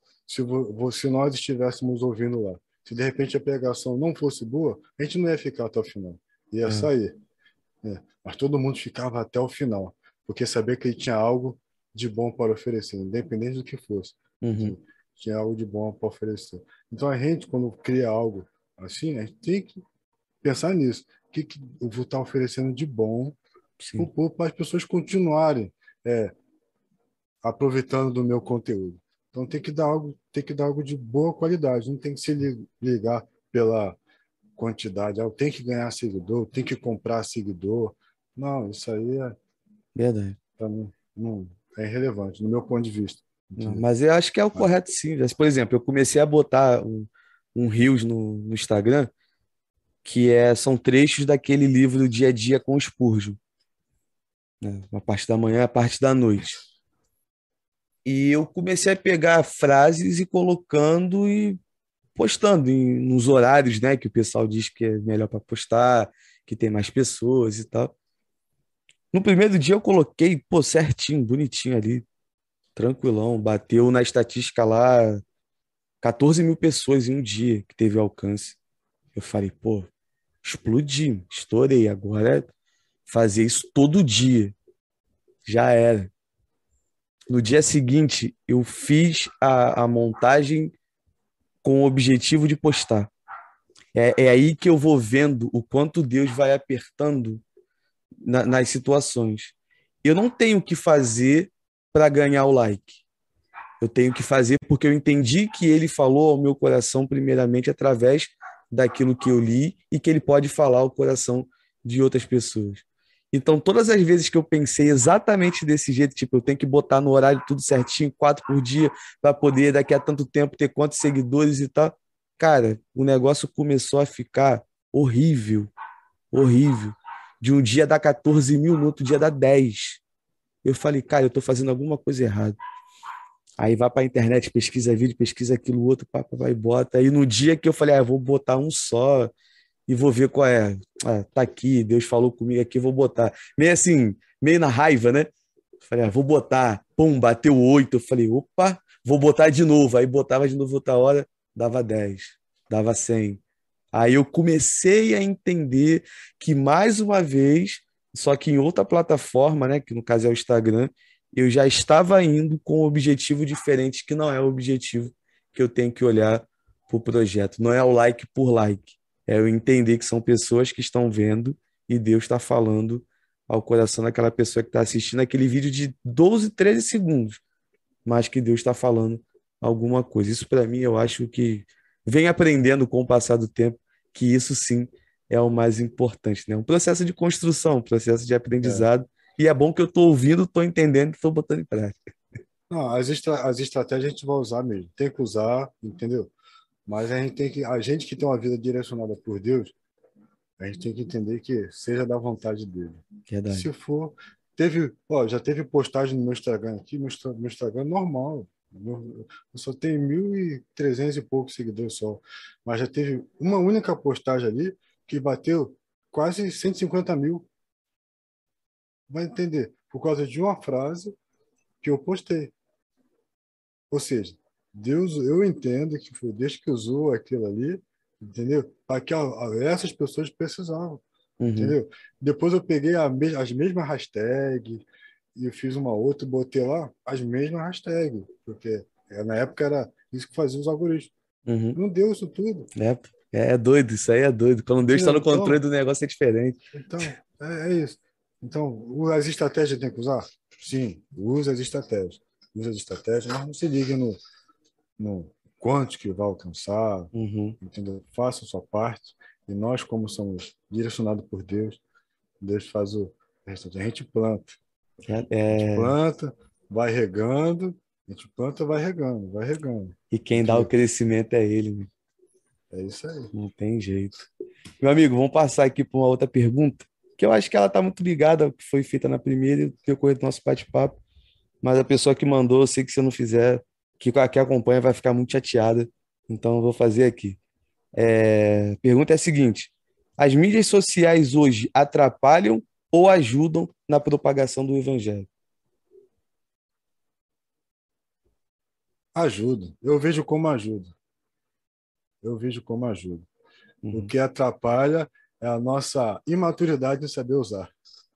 [SPEAKER 2] se nós estivéssemos ouvindo lá. Se de repente a pregação não fosse boa, a gente não ia ficar até o final, ia
[SPEAKER 1] É.
[SPEAKER 2] sair, né? Mas todo mundo ficava até o final, porque sabia que ele tinha algo de bom para oferecer, independente do que fosse.
[SPEAKER 1] Uhum.
[SPEAKER 2] Assim, tinha algo de bom para oferecer. Então a gente, quando cria algo assim, a gente tem que pensar nisso. O que eu vou estar oferecendo de bom para o
[SPEAKER 1] Sim.
[SPEAKER 2] povo, para as pessoas continuarem aproveitando do meu conteúdo. Então tem que dar algo de boa qualidade, não tem que se ligar pela quantidade, eu tenho que ganhar seguidor, tem que comprar seguidor. Não, isso aí
[SPEAKER 1] Verdade.
[SPEAKER 2] para mim não é irrelevante no meu ponto de vista,
[SPEAKER 1] Não,
[SPEAKER 2] entendeu?
[SPEAKER 1] mas eu acho que é o
[SPEAKER 2] Mas,
[SPEAKER 1] correto sim. Por exemplo, eu comecei a botar um Reels no Instagram, são trechos daquele livro Dia a Dia com o Spurgeon, né? Uma parte da manhã, a parte da noite. E eu comecei a pegar frases e colocando e postando nos horários, né, que o pessoal diz que é melhor para postar, que tem mais pessoas e tal. No primeiro dia eu coloquei, pô, certinho, bonitinho ali, tranquilão. Bateu na estatística lá 14 mil pessoas em um dia que teve alcance. Eu falei, pô, explodi, estourei. Agora é fazer isso todo dia. Já era. No dia seguinte, eu fiz a montagem com o objetivo de postar. É aí que eu vou vendo o quanto Deus vai apertando nas situações. Eu não tenho que fazer para ganhar o like. Eu tenho que fazer porque eu entendi que ele falou ao meu coração, primeiramente, através daquilo que eu li e que ele pode falar ao coração de outras pessoas. Então, todas as vezes que eu pensei exatamente desse jeito, tipo, eu tenho que botar no horário tudo certinho, 4 por dia, para poder daqui a tanto tempo ter quantos seguidores e tal, cara, o negócio começou a ficar horrível, horrível. De um dia dá 14 mil, no outro dia dá 10. Eu falei, cara, eu tô fazendo alguma coisa errada. Aí vai para a internet, pesquisa vídeo, pesquisa aquilo outro, pá, pá, vai e bota. Aí no dia que eu falei, eu vou botar um só, e vou ver qual é. Ah, tá aqui, Deus falou comigo aqui, vou botar. Meio assim, meio na raiva, né? Falei, vou botar. Pum, bateu 8. Eu falei, opa, vou botar de novo. Aí botava de novo outra hora, dava 10, dava 100. Aí eu comecei a entender que, mais uma vez, só que em outra plataforma, né, que no caso é o Instagram, eu já estava indo com um objetivo diferente, que não é o objetivo que eu tenho que olhar para o projeto. Não é o like por like. É eu entender que são pessoas que estão vendo e Deus está falando ao coração daquela pessoa que está assistindo aquele vídeo de 12, 13 segundos, mas que Deus está falando alguma coisa. Isso, para mim, eu acho que vem aprendendo com o passar do tempo que isso sim é o mais importante, né? Um processo de construção, um processo de
[SPEAKER 2] É.
[SPEAKER 1] aprendizado. E é bom que eu estou ouvindo, estou entendendo e estou botando em prática.
[SPEAKER 2] Não, as estratégias a gente vai usar mesmo. Tem que usar, entendeu? Mas a gente que tem uma vida direcionada por Deus, a gente tem que entender que seja da vontade dele.
[SPEAKER 1] Verdade.
[SPEAKER 2] Se for, já teve postagem no meu Instagram aqui, meu Instagram é normal. Eu só tenho 1.300 e poucos seguidores só. Mas já teve uma única postagem ali que bateu quase 150 mil. Vai entender? Por causa de uma frase que eu postei. Ou seja, Deus, eu entendo que foi Deus que usou aquilo ali, entendeu? Para que essas pessoas precisavam,
[SPEAKER 1] Uhum,
[SPEAKER 2] entendeu? Depois eu peguei as mesmas hashtags e eu fiz uma outra e botei lá as mesmas hashtags, porque na época era isso que fazia os algoritmos.
[SPEAKER 1] uhum.
[SPEAKER 2] Não deu isso tudo,
[SPEAKER 1] É doido, isso aí é doido. Quando Deus está
[SPEAKER 2] entendeu?
[SPEAKER 1] no controle do negócio é diferente.
[SPEAKER 2] É isso. Então, as estratégias tem que usar? Sim, use as estratégias. Use as estratégias, mas não se ligue no quanto que vai alcançar,
[SPEAKER 1] Uhum.
[SPEAKER 2] entendeu? Faça a sua parte e nós, como somos direcionados por Deus, Deus faz o restante. A gente
[SPEAKER 1] É,
[SPEAKER 2] planta, vai regando, a gente planta, vai regando, vai regando.
[SPEAKER 1] e quem dá o
[SPEAKER 2] Porque
[SPEAKER 1] crescimento é ele, né?
[SPEAKER 2] é isso aí.
[SPEAKER 1] Não tem jeito. Meu amigo, vamos passar aqui para uma outra pergunta, que eu acho que ela está muito ligada ao que foi feita na primeira e no decorrer do nosso bate-papo, mas a pessoa que mandou, eu sei que se eu não fizer, que acompanha vai ficar muito chateada, então eu vou fazer aqui. Pergunta é a seguinte: as mídias sociais hoje atrapalham ou ajudam na propagação do evangelho?
[SPEAKER 2] Ajuda. Eu vejo como ajuda. Eu vejo como ajuda. O
[SPEAKER 1] Uhum,
[SPEAKER 2] que atrapalha é a nossa imaturidade em saber usar.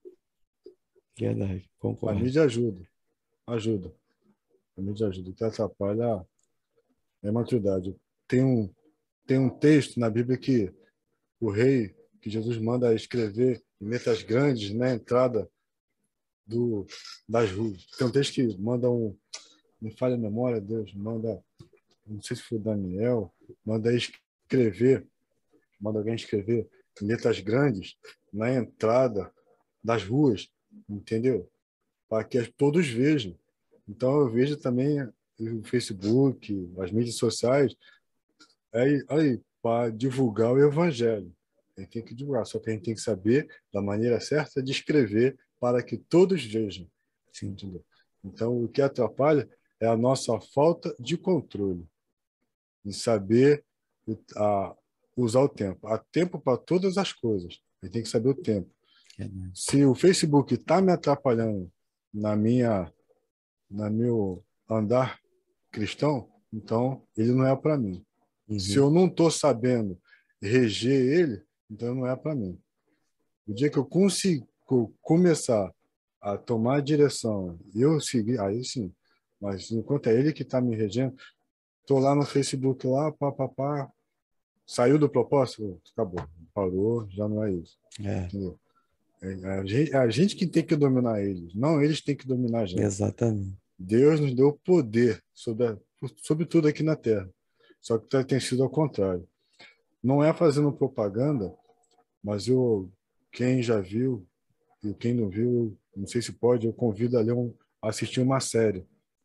[SPEAKER 1] verdade,
[SPEAKER 2] A
[SPEAKER 1] concordo.
[SPEAKER 2] mídia ajuda, ajuda. A mídia ajuda. O que atrapalha é a imaturidade. Tem um, tem um texto na Bíblia que o rei, que Jesus manda escrever em letras grandes na entrada do, das ruas. Tem um texto que manda me falha a memória, Deus, manda, não sei se foi Daniel, manda escrever, manda alguém escrever em letras grandes na entrada das ruas, entendeu? Para que todos vejam. Então eu vejo também o Facebook, as mídias sociais, aí para divulgar o evangelho. A gente tem que divulgar, só que a gente tem que saber da maneira certa de escrever para que todos vejam,
[SPEAKER 1] Sim,
[SPEAKER 2] entendeu? Então, o que atrapalha é a nossa falta de controle, de saber a, usar o tempo. Há tempo para todas as coisas. A gente tem que saber o tempo.
[SPEAKER 1] verdade.
[SPEAKER 2] Se o Facebook está me atrapalhando na minha, na meu andar cristão, então ele não é para mim. Se
[SPEAKER 1] Uhum,
[SPEAKER 2] eu não estou sabendo reger ele, então não é para mim. O dia que eu consigo começar a tomar a direção, eu seguir, aí sim. Mas enquanto é ele que está me regendo, estou lá no Facebook, lá, pá, saiu do propósito, acabou, parou, já não é isso.
[SPEAKER 1] é,
[SPEAKER 2] Entendeu? É a gente que tem que dominar eles, não eles têm que dominar a gente.
[SPEAKER 1] exatamente.
[SPEAKER 2] Deus nos deu poder sobre tudo aqui na Terra. Só que tem sido ao contrário. Não é fazendo propaganda, mas quem já viu e quem não viu, não sei se pode, eu convido a assistir uma série,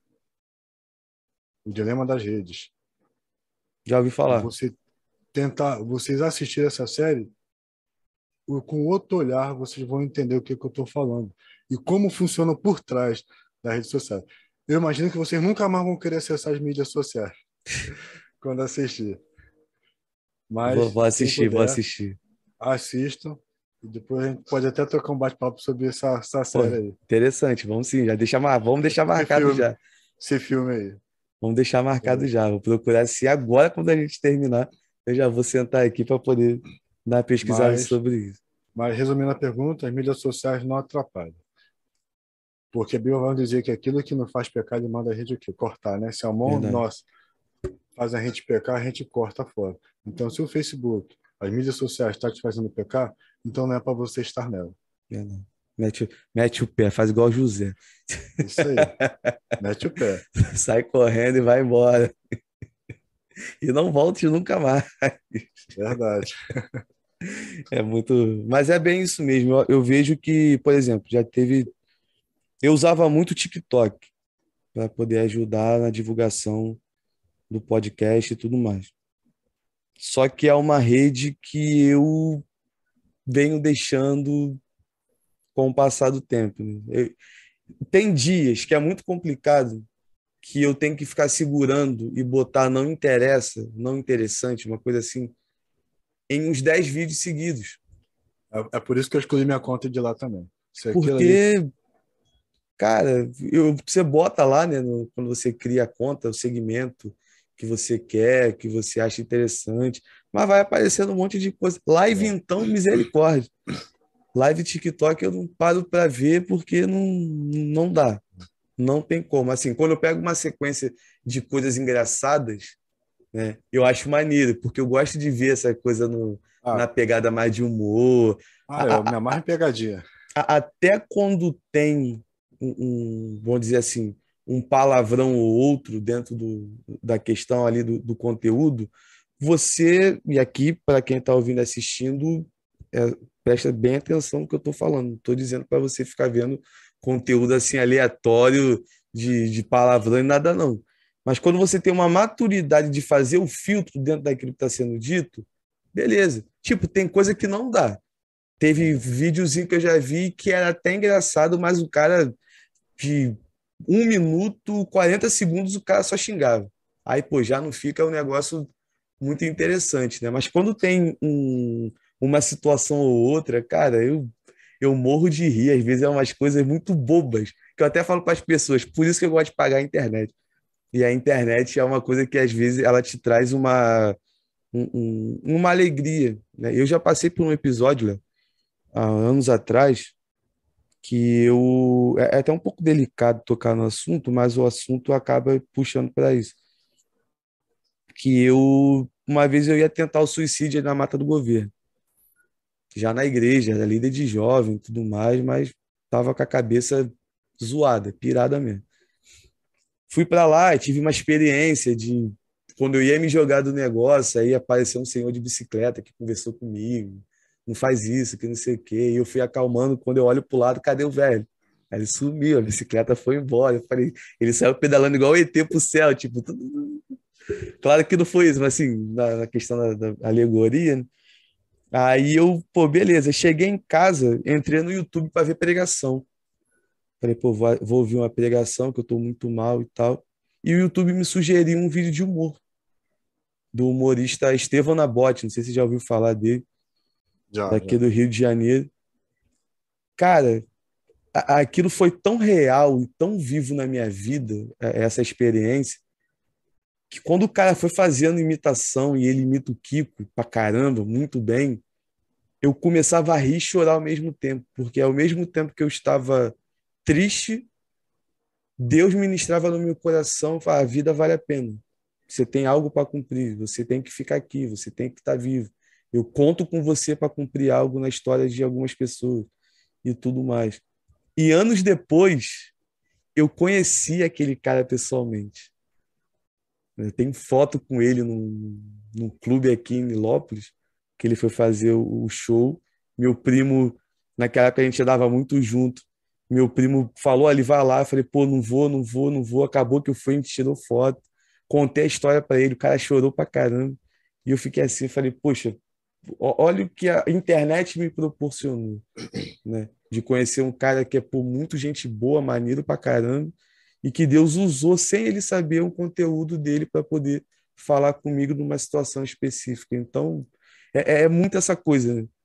[SPEAKER 2] O Dilema das Redes.
[SPEAKER 1] Já ouvi
[SPEAKER 2] E
[SPEAKER 1] falar.
[SPEAKER 2] vocês assistirem essa série, com outro olhar, vocês vão entender o que eu estou falando e como funciona por trás das redes sociais. Eu imagino que vocês nunca mais vão querer acessar as mídias sociais quando assistir.
[SPEAKER 1] Vou
[SPEAKER 2] Mas
[SPEAKER 1] assistir, vou assistir.
[SPEAKER 2] assistam. E depois a gente pode até trocar um bate-papo sobre essa
[SPEAKER 1] Pô,
[SPEAKER 2] série aí.
[SPEAKER 1] interessante, vamos sim, vamos deixar
[SPEAKER 2] Esse
[SPEAKER 1] marcado
[SPEAKER 2] filme,
[SPEAKER 1] já.
[SPEAKER 2] esse filme aí.
[SPEAKER 1] Vamos deixar marcado
[SPEAKER 2] Beleza.
[SPEAKER 1] já. Vou procurar se agora, quando a gente terminar, eu já vou sentar aqui para poder dar uma pesquisada
[SPEAKER 2] Mas,
[SPEAKER 1] sobre isso.
[SPEAKER 2] mas, resumindo a pergunta, as mídias sociais não atrapalham. Porque a Bíblia vai dizer que aquilo que não faz pecado manda a gente o quê? Cortar, né? Se a mão
[SPEAKER 1] Verdade.
[SPEAKER 2] nossa faz a gente pecar, a gente corta fora. Então, se o Facebook, as mídias sociais estão te fazendo pecar, então não é para você estar nela.
[SPEAKER 1] Verdade. Mete o pé, faz igual o José.
[SPEAKER 2] Isso aí. Mete o pé.
[SPEAKER 1] Sai correndo e vai embora. E não volte nunca mais.
[SPEAKER 2] Verdade.
[SPEAKER 1] É muito. Mas é bem isso mesmo. Eu vejo que, por exemplo, já teve. Eu usava muito o TikTok para poder ajudar na divulgação do podcast e tudo mais. Só que é uma rede que eu venho deixando com o passar do tempo, né? Tem dias que é muito complicado, que eu tenho que ficar segurando e botar não interessa, não interessante, uma coisa assim, em uns 10 vídeos seguidos.
[SPEAKER 2] É por isso que eu escolhi minha conta de lá também. Se aquilo ali.
[SPEAKER 1] Porque, cara, você bota lá, né, quando você cria a conta, o segmento que você quer, que você acha interessante, mas vai aparecendo um monte de coisa. Live,
[SPEAKER 2] É,
[SPEAKER 1] então, misericórdia. Live TikTok eu não paro para ver porque não dá. Não tem como. Assim, quando eu pego uma sequência de coisas engraçadas, né, eu acho maneiro, porque eu gosto de ver essa coisa
[SPEAKER 2] ah,
[SPEAKER 1] na pegada mais de humor.
[SPEAKER 2] eu me amarro em pegadinha.
[SPEAKER 1] Até quando tem vamos dizer assim, um palavrão ou outro dentro da questão ali do conteúdo, você, e aqui, para quem está ouvindo e assistindo, presta bem atenção no que eu estou falando. Não estou dizendo para você ficar vendo conteúdo assim aleatório de palavrão e nada, não. Mas quando você tem uma maturidade de fazer o filtro dentro daquilo que está sendo dito, beleza. Tipo, tem coisa que não dá. Teve videozinho que eu já vi que era até engraçado, mas o cara, de 1 minuto, 40 segundos, o cara só xingava. Aí, pô, já não fica um negócio muito interessante, né? Mas quando tem uma situação ou outra, cara, eu morro de rir. Às vezes é umas coisas muito bobas, que eu até falo para as pessoas, por isso que eu gosto de pagar a internet. E a internet é uma coisa que às vezes ela te traz uma alegria, né? Eu já passei por um episódio, Léo, há anos atrás, que é até um pouco delicado tocar no assunto, mas o assunto acaba puxando para isso. Que uma vez eu ia tentar o suicídio na mata do governo, já na igreja, era líder de jovem e tudo mais, mas tava com a cabeça zoada, pirada mesmo. Fui para lá e tive uma experiência de quando eu ia me jogar do negócio, aí apareceu um senhor de bicicleta que conversou comigo, não faz isso, que não sei o quê. E eu fui acalmando, quando eu olho pro lado, cadê o velho? Aí ele sumiu, a bicicleta foi embora. Eu falei, ele saiu pedalando igual o ET pro céu, tipo, claro que não foi isso, mas assim, na questão da alegoria, né? Aí eu, pô, beleza, cheguei em casa, entrei no YouTube para ver pregação. Falei, pô, vou ouvir uma pregação que eu tô muito mal e tal. E o YouTube me sugeriu um vídeo de humor do humorista Estevão Nabote, não sei se você já ouviu falar dele,
[SPEAKER 2] Já,
[SPEAKER 1] daqui
[SPEAKER 2] já.
[SPEAKER 1] do Rio de Janeiro. Cara, aquilo foi tão real e tão vivo na minha vida, essa experiência, que quando o cara foi fazendo imitação e ele imita o Kiko pra caramba, muito bem, eu começava a rir e chorar ao mesmo tempo, porque ao mesmo tempo que eu estava triste, Deus ministrava no meu coração, falava, a vida vale a pena. Você tem algo para cumprir, você tem que ficar aqui, você tem que estar vivo. Eu conto com você para cumprir algo na história de algumas pessoas e tudo mais. E anos depois, eu conheci aquele cara pessoalmente. Eu tenho foto com ele num clube aqui em Nilópolis, que ele foi fazer o show. Meu primo, naquela época a gente andava muito junto. Meu primo falou ali, vai lá. Eu falei, pô, não vou, não vou, não vou. Acabou que eu fui, a gente tirou foto. Contei a história para ele, o cara chorou pra caramba. E eu fiquei assim, falei, poxa, olha o que a internet me proporcionou, né? De conhecer um cara que é, pô, muito gente boa, maneiro pra caramba, e que Deus usou sem ele saber o conteúdo dele para poder falar comigo numa situação específica. Então, é muito essa coisa, né?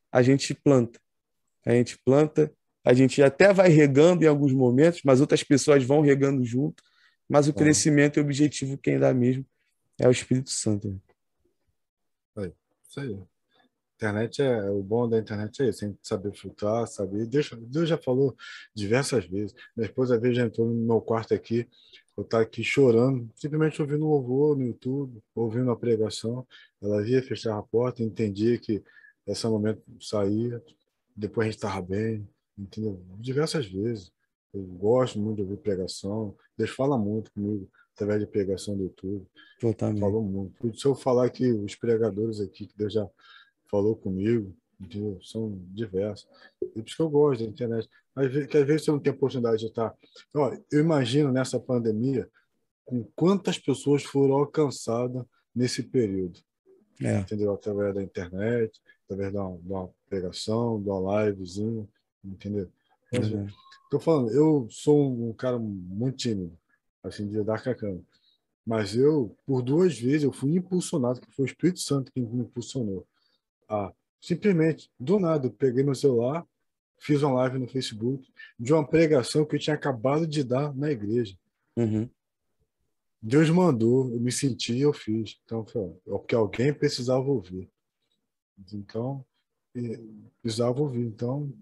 [SPEAKER 1] a gente planta. A gente planta, a gente até vai regando em alguns momentos, mas outras pessoas vão regando junto, mas o
[SPEAKER 2] Então,
[SPEAKER 1] crescimento e o objetivo quem dá mesmo é o Espírito Santo.
[SPEAKER 2] é isso aí. Internet o bom da internet é isso, a gente saber filtrar, saber. Deus já falou diversas vezes. Minha esposa às vezes já entrou no meu quarto aqui, eu estava aqui chorando, simplesmente ouvindo louvor no YouTube, ouvindo a pregação. Ela via, fechava a porta, entendia que esse momento saía, depois a gente estava bem, entendeu? Diversas vezes. Eu gosto muito de ouvir pregação. Deus fala muito comigo através de pregação do YouTube.
[SPEAKER 1] Totalmente.
[SPEAKER 2] Falou muito. Se eu falar que os pregadores aqui, que Deus já falou comigo, entendeu? São diversos. E por isso que eu gosto da internet. Que às vezes você não tem oportunidade de estar. Ó, eu imagino nessa pandemia com quantas pessoas foram alcançadas nesse período,
[SPEAKER 1] É,
[SPEAKER 2] entendeu? Através da internet, através de uma pregação, de uma livezinha, entendeu?
[SPEAKER 1] verdade.
[SPEAKER 2] Estou falando, eu sou um cara muito tímido, assim, de dar com a câmera. Mas eu, por duas vezes, eu fui impulsionado, que foi o Espírito Santo que me impulsionou. Ah, simplesmente, do nada, eu peguei meu celular, fiz uma live no Facebook de uma pregação que eu tinha acabado de dar na igreja.
[SPEAKER 1] Uhum.
[SPEAKER 2] Deus mandou, eu me senti e eu fiz. Então, foi, porque alguém precisava ouvir. Então, precisava ouvir. Então,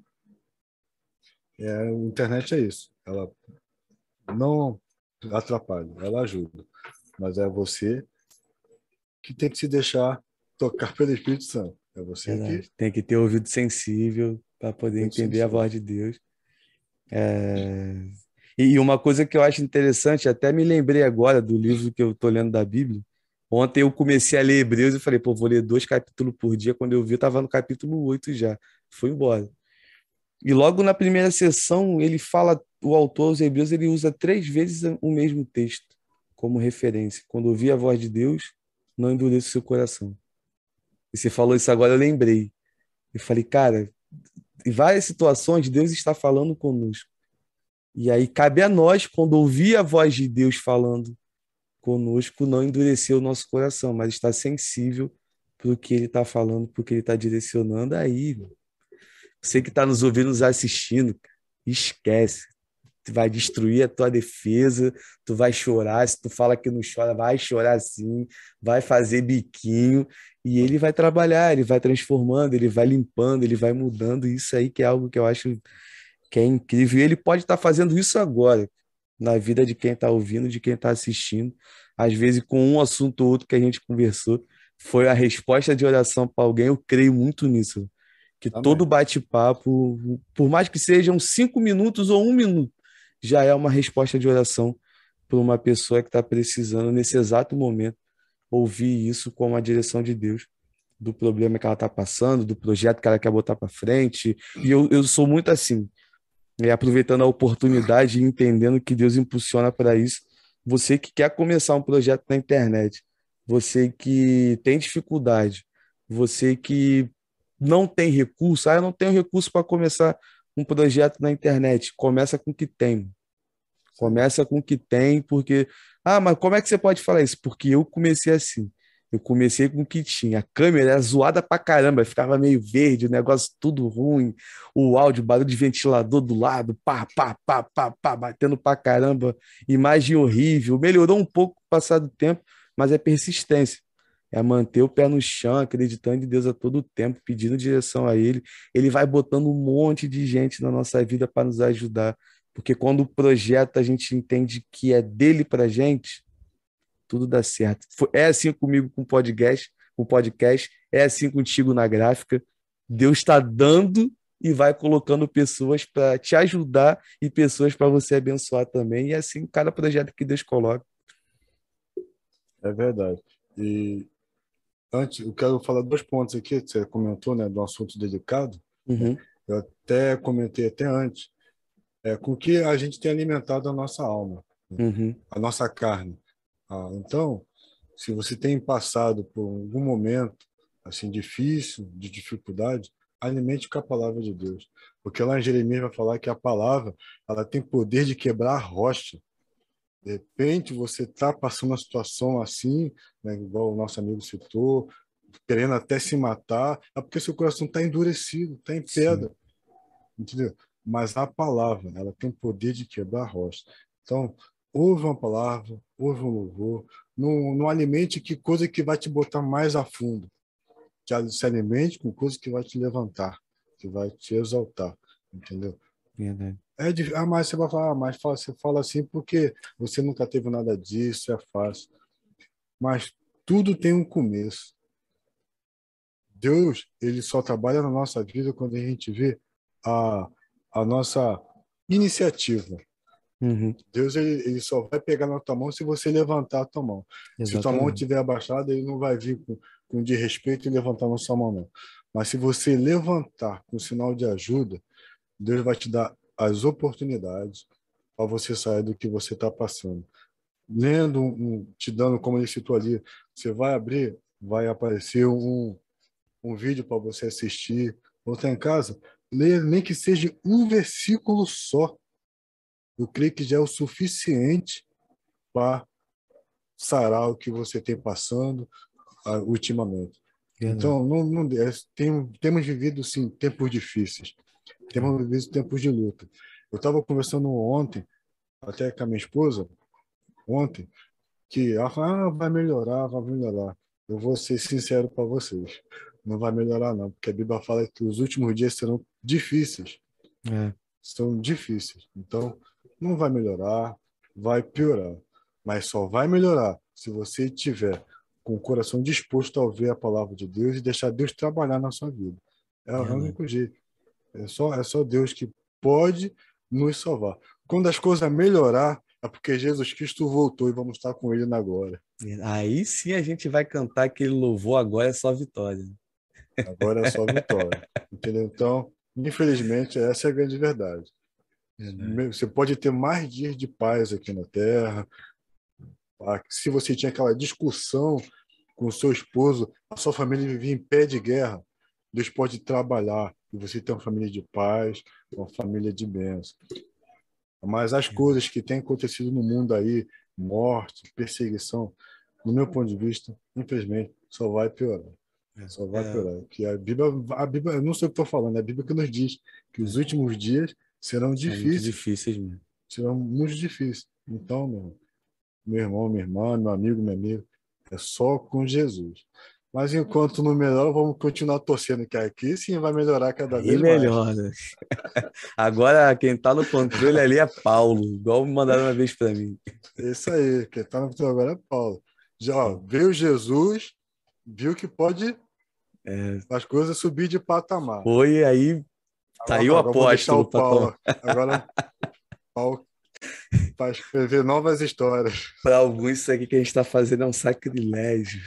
[SPEAKER 2] a internet é isso. Ela não atrapalha, ela ajuda. Mas é você que tem que se deixar tocar pelo Espírito Santo. É você que
[SPEAKER 1] Verdade. Tem que ter ouvido sensível para poder
[SPEAKER 2] tem que
[SPEAKER 1] entender a
[SPEAKER 2] sentir.
[SPEAKER 1] voz de Deus. É, e uma coisa que eu acho interessante, até me lembrei agora do livro que eu estou lendo da Bíblia. Ontem eu comecei a ler Hebreus e falei, pô, vou ler 2 capítulos por dia. Quando eu vi, eu estava no capítulo 8 já. Fui embora. E logo na primeira sessão, ele fala, o autor, os Hebreus, ele usa 3 vezes o mesmo texto como referência. Quando ouvi a voz de Deus, não endureça o seu coração. E você falou isso agora, eu lembrei. Eu falei, cara, em várias situações, Deus está falando conosco. E aí cabe a nós, quando ouvir a voz de Deus falando conosco, não endurecer o nosso coração, mas estar sensível para o que ele está falando, para o que ele está direcionando. Aí, você que está nos ouvindo, nos assistindo, esquece. Tu vai destruir a tua defesa, tu vai chorar. Se tu fala que não chora, vai chorar sim, vai fazer biquinho, e ele vai trabalhar, ele vai transformando, ele vai limpando, ele vai mudando. Isso aí que é algo que eu acho que é incrível. E ele pode estar fazendo isso agora, na vida de quem está ouvindo, de quem está assistindo. Às vezes, com um assunto ou outro que a gente conversou, foi a resposta de oração para alguém. Eu creio muito nisso. Que todo
[SPEAKER 2] Amém.
[SPEAKER 1] bate-papo, por mais que sejam 5 minutos ou 1 minuto, já é uma resposta de oração para uma pessoa que está precisando, nesse exato momento, ouvir isso com a direção de Deus, do problema que ela está passando, do projeto que ela quer botar para frente. E eu sou muito assim. E aproveitando a oportunidade e entendendo que Deus impulsiona para isso. Você que quer começar um projeto na internet, você que tem dificuldade, você que não tem recurso, eu não tenho recurso para começar um projeto na internet. Começa com o que tem.
[SPEAKER 2] Isso aí.
[SPEAKER 1] Começa com o que tem, porque. Ah, mas como é que você pode falar isso? Porque eu comecei assim. Eu comecei com o que tinha. A câmera era zoada pra caramba, ficava meio verde, o negócio tudo ruim, o áudio, barulho de ventilador do lado, pá, pá, pá, pá, pá, batendo pra caramba, imagem horrível. Melhorou um pouco com o passar do tempo, mas é persistência. É manter o pé no chão, acreditando em Deus a todo tempo, pedindo direção a Ele. Ele vai botando um monte de gente na nossa vida para nos ajudar. Porque quando o projeto a gente entende que é dele para a gente, tudo dá certo. É assim comigo com o podcast, é assim contigo na gráfica. Deus está dando e vai colocando pessoas para te ajudar e pessoas para você abençoar também. E é assim cada projeto que Deus coloca.
[SPEAKER 2] É verdade. E antes, eu quero falar dois pontos aqui, que você comentou, né, do assunto delicado, né?
[SPEAKER 1] Uhum,
[SPEAKER 2] Eu até comentei até antes, com que a gente tem alimentado a nossa alma, né,
[SPEAKER 1] uhum,
[SPEAKER 2] a nossa carne. Então, se você tem passado por algum momento assim difícil, de dificuldade, alimente com a palavra de Deus, porque lá em Jeremias vai falar que a palavra, ela tem poder de quebrar a rocha. De repente, você está passando uma situação assim, né, igual o nosso amigo citou, querendo até se matar, é porque seu coração está endurecido, está em
[SPEAKER 1] Sim.
[SPEAKER 2] pedra, entendeu? Mas a palavra, ela tem o poder de quebrar rocha. Então, ouve uma palavra, ouve um louvor, não alimente que coisa que vai te botar mais a fundo, que se alimente com coisa que vai te levantar, que vai te exaltar, entendeu?
[SPEAKER 1] Verdade.
[SPEAKER 2] Mas você vai falar, você fala assim porque você nunca teve nada disso, é fácil. Mas tudo tem um começo. Deus, ele só trabalha na nossa vida quando a gente vê a, a nossa iniciativa.
[SPEAKER 1] Uhum.
[SPEAKER 2] Deus, ele só vai pegar na tua mão se você levantar a tua mão. Se tua mão
[SPEAKER 1] Exatamente.
[SPEAKER 2] estiver abaixada, ele não vai vir com de respeito e levantar na sua mão, não. Mas se você levantar com sinal de ajuda, Deus vai te dar as oportunidades para você sair do que você está passando. Lendo, te dando, como ele citou ali, você vai abrir, vai aparecer um vídeo para você assistir, ou tá em casa, leia nem que seja um versículo só. Eu creio que já é o suficiente para sarar o que você tem passando ultimamente.
[SPEAKER 1] Verdade.
[SPEAKER 2] Então, temos vivido, sim, tempos difíceis. Temos vivido tempos de luta. Eu estava conversando ontem, até com a minha esposa, ontem, que ela fala, vai melhorar, vai melhorar. Eu vou ser sincero para vocês. Não vai melhorar, não, porque a Bíblia fala que os últimos dias serão difíceis.
[SPEAKER 1] É.
[SPEAKER 2] São difíceis. Então, não vai melhorar, vai piorar. Mas só vai melhorar se você tiver com o coração disposto a ouvir a palavra de Deus e deixar Deus trabalhar na sua vida. É o
[SPEAKER 1] Verdade.
[SPEAKER 2] único jeito. É só Deus que pode nos salvar. Quando as coisas melhorar, é porque Jesus Cristo voltou e vamos estar com ele na glória.
[SPEAKER 1] Aí sim a gente vai cantar aquele louvor, agora é só vitória.
[SPEAKER 2] Agora é só vitória. Entendeu? Então, infelizmente, essa é a grande verdade.
[SPEAKER 1] Verdade.
[SPEAKER 2] Você pode ter mais dias de paz aqui na Terra. Se você tinha aquela discussão com o seu esposo, a sua família vivia em pé de guerra, Deus pode trabalhar e você ter uma família de paz, uma família de bênção. Mas as coisas que têm acontecido no mundo aí, morte, perseguição, no meu ponto de vista, infelizmente, só vai piorar. Só vai
[SPEAKER 1] É,
[SPEAKER 2] piorar. Que a Bíblia, eu não sei o que estou falando, é a Bíblia que nos diz que os
[SPEAKER 1] é,
[SPEAKER 2] últimos dias serão
[SPEAKER 1] são muito
[SPEAKER 2] difíceis,
[SPEAKER 1] difíceis mesmo.
[SPEAKER 2] serão muito difíceis. Então, meu irmão, minha irmã, meu amigo, minha amiga, é só com Jesus. Mas enquanto não melhora, vamos continuar torcendo que aqui sim vai melhorar cada
[SPEAKER 1] Aí
[SPEAKER 2] vez mais.
[SPEAKER 1] melhora. Agora quem tá no controle ali é Paulo, igual me mandaram uma vez para mim.
[SPEAKER 2] É isso aí, quem está no futuro agora é Paulo. Já, ó,
[SPEAKER 1] Sim.
[SPEAKER 2] veio Jesus, viu que pode
[SPEAKER 1] É,
[SPEAKER 2] as coisas subir de patamar.
[SPEAKER 1] foi aí, saiu o
[SPEAKER 2] Agora vou deixar o
[SPEAKER 1] apóstolo para tomar.
[SPEAKER 2] Paulo. Agora o Paulo vai escrever novas histórias.
[SPEAKER 1] Para alguns, isso aqui que a gente está fazendo é um sacrilégio.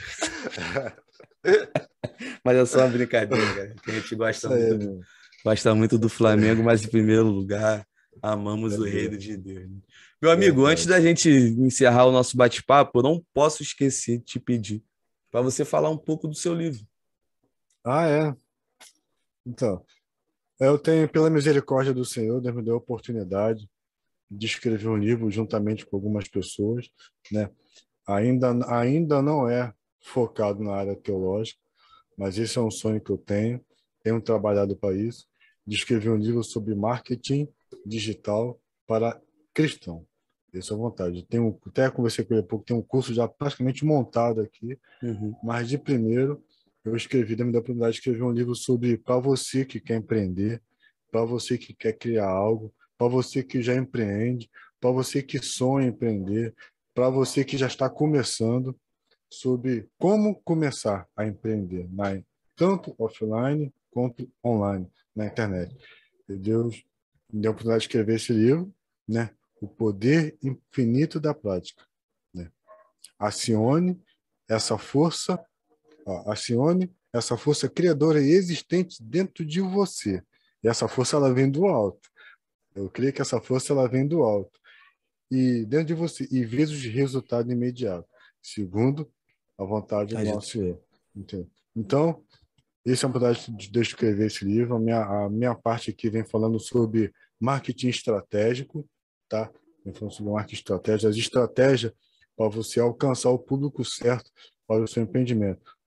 [SPEAKER 1] Mas é só uma brincadeira, cara. Que a gente
[SPEAKER 2] Isso aí, meu.
[SPEAKER 1] gosta muito do
[SPEAKER 2] Isso aí.
[SPEAKER 1] Flamengo, mas em primeiro lugar, amamos o reino
[SPEAKER 2] Verdade.
[SPEAKER 1] de Deus, né? Meu amigo, antes da
[SPEAKER 2] Verdade.
[SPEAKER 1] gente encerrar o nosso bate-papo, eu não posso esquecer de te pedir para você falar um pouco do seu livro.
[SPEAKER 2] Ah, é. Então, eu tenho, pela misericórdia do Senhor, Deus me deu a oportunidade de escrever um livro juntamente com algumas pessoas, né? Ainda não é focado na área teológica, mas esse é um sonho que eu tenho trabalhado para isso, de escrever um livro sobre marketing digital para cristão. Essa é a vontade. Até conversei com ele há pouco, tem um curso já praticamente montado aqui,
[SPEAKER 1] Uhum.
[SPEAKER 2] mas de primeiro eu escrevi, me deu a oportunidade de escrever um livro sobre para você que quer empreender, para você que quer criar algo, para você que já empreende, para você que sonha em empreender, para você que já está começando, sobre como começar a empreender, tanto offline quanto online, na internet. E Deus me deu a oportunidade de escrever esse livro, né? O Poder Infinito da Prática. Né? Acione essa força, acione essa força criadora e existente dentro de você. E essa força ela vem do alto. Eu creio que essa força ela vem do alto e dentro de você e veja os resultados imediatos, segundo a vontade do
[SPEAKER 1] Tá dito.
[SPEAKER 2] nosso Senhor. Entende? Então, esse é a oportunidade de eu escrever esse livro. A minha parte aqui vem falando sobre marketing estratégico, tá? Vem falando sobre marketing estratégico, as estratégias para você alcançar o público certo para o seu empreendimento.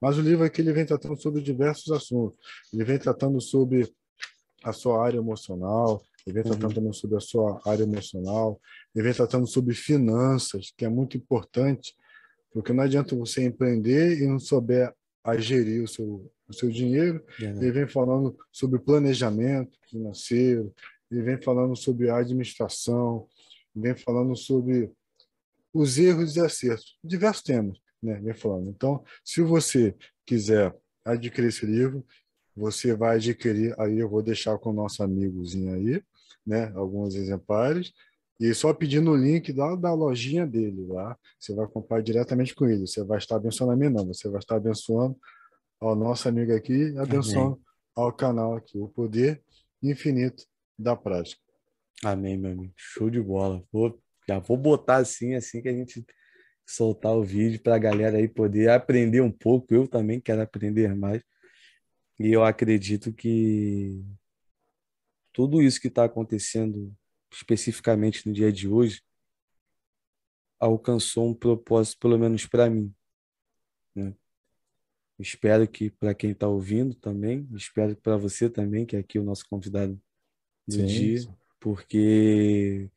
[SPEAKER 2] Mas o livro aqui ele vem tratando sobre diversos assuntos. Ele vem tratando sobre a sua área emocional, ele vem tratando
[SPEAKER 1] Uhum.
[SPEAKER 2] também sobre a sua área emocional, ele vem tratando sobre finanças, que é muito importante, porque não adianta você empreender e não souber a gerir o seu dinheiro. Ele
[SPEAKER 1] Verdade.
[SPEAKER 2] vem falando sobre planejamento financeiro, ele vem falando sobre administração, ele vem falando sobre os erros e acertos, diversos temas, né? Vem falando. Então, se você quiser adquirir esse livro, você vai adquirir, aí eu vou deixar com o nosso amigozinho aí, né? Alguns exemplares, e só pedindo o link da lojinha dele lá, você vai comprar diretamente com ele. Você vai estar abençoando a mim, não, você vai estar abençoando ao nosso amigo aqui, e
[SPEAKER 1] Amém.
[SPEAKER 2] abençoando ao canal aqui, o poder infinito da prática.
[SPEAKER 1] Amém, meu amigo. Show de bola. Já vou botar assim que a gente soltar o vídeo para a galera aí poder aprender um pouco. Eu também quero aprender mais. E eu acredito que tudo isso que está acontecendo especificamente no dia de hoje alcançou um propósito, pelo menos para mim, né? Espero que para quem está ouvindo também, espero que para você também, que é aqui o nosso convidado do
[SPEAKER 2] Sim,
[SPEAKER 1] dia,
[SPEAKER 2] sim.
[SPEAKER 1] porque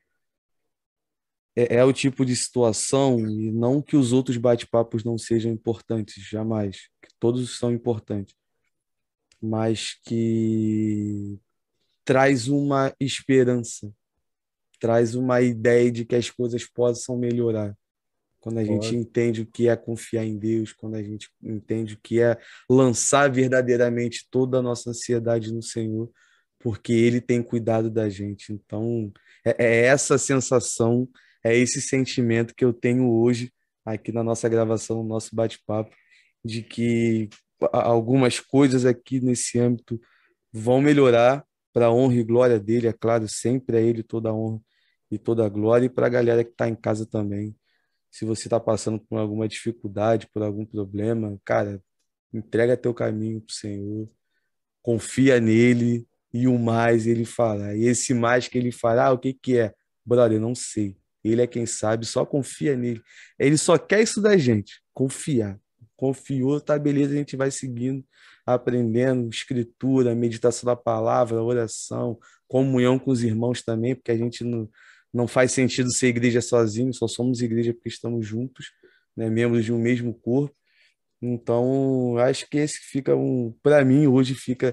[SPEAKER 1] é o tipo de situação, e não que os outros bate-papos não sejam importantes, jamais, que todos são importantes, mas que traz uma esperança, traz uma ideia de que as coisas possam melhorar. Quando a gente
[SPEAKER 2] Pode.
[SPEAKER 1] entende o que é confiar em Deus, quando a gente entende o que é lançar verdadeiramente toda a nossa ansiedade no Senhor, porque Ele tem cuidado da gente. Então, é essa sensação, é esse sentimento que eu tenho hoje aqui na nossa gravação, no nosso bate-papo, de que algumas coisas aqui nesse âmbito vão melhorar para a honra e glória dele, é claro, sempre a Ele toda a honra e toda a glória, e para a galera que está em casa também. Se você está passando por alguma dificuldade, por algum problema, cara, entrega teu caminho pro Senhor, confia nele e o mais ele fará. E esse mais que ele fará, o que que é? Brother, eu não sei. Ele é quem sabe, só confia nele. Ele só quer isso da gente, confiar. Confiou, tá beleza, a gente vai seguindo, aprendendo escritura, meditação da palavra, oração, comunhão com os irmãos também, porque a gente não faz sentido ser igreja sozinho, só somos igreja porque estamos juntos, né, membros de um mesmo corpo. Então, acho que esse fica para mim hoje fica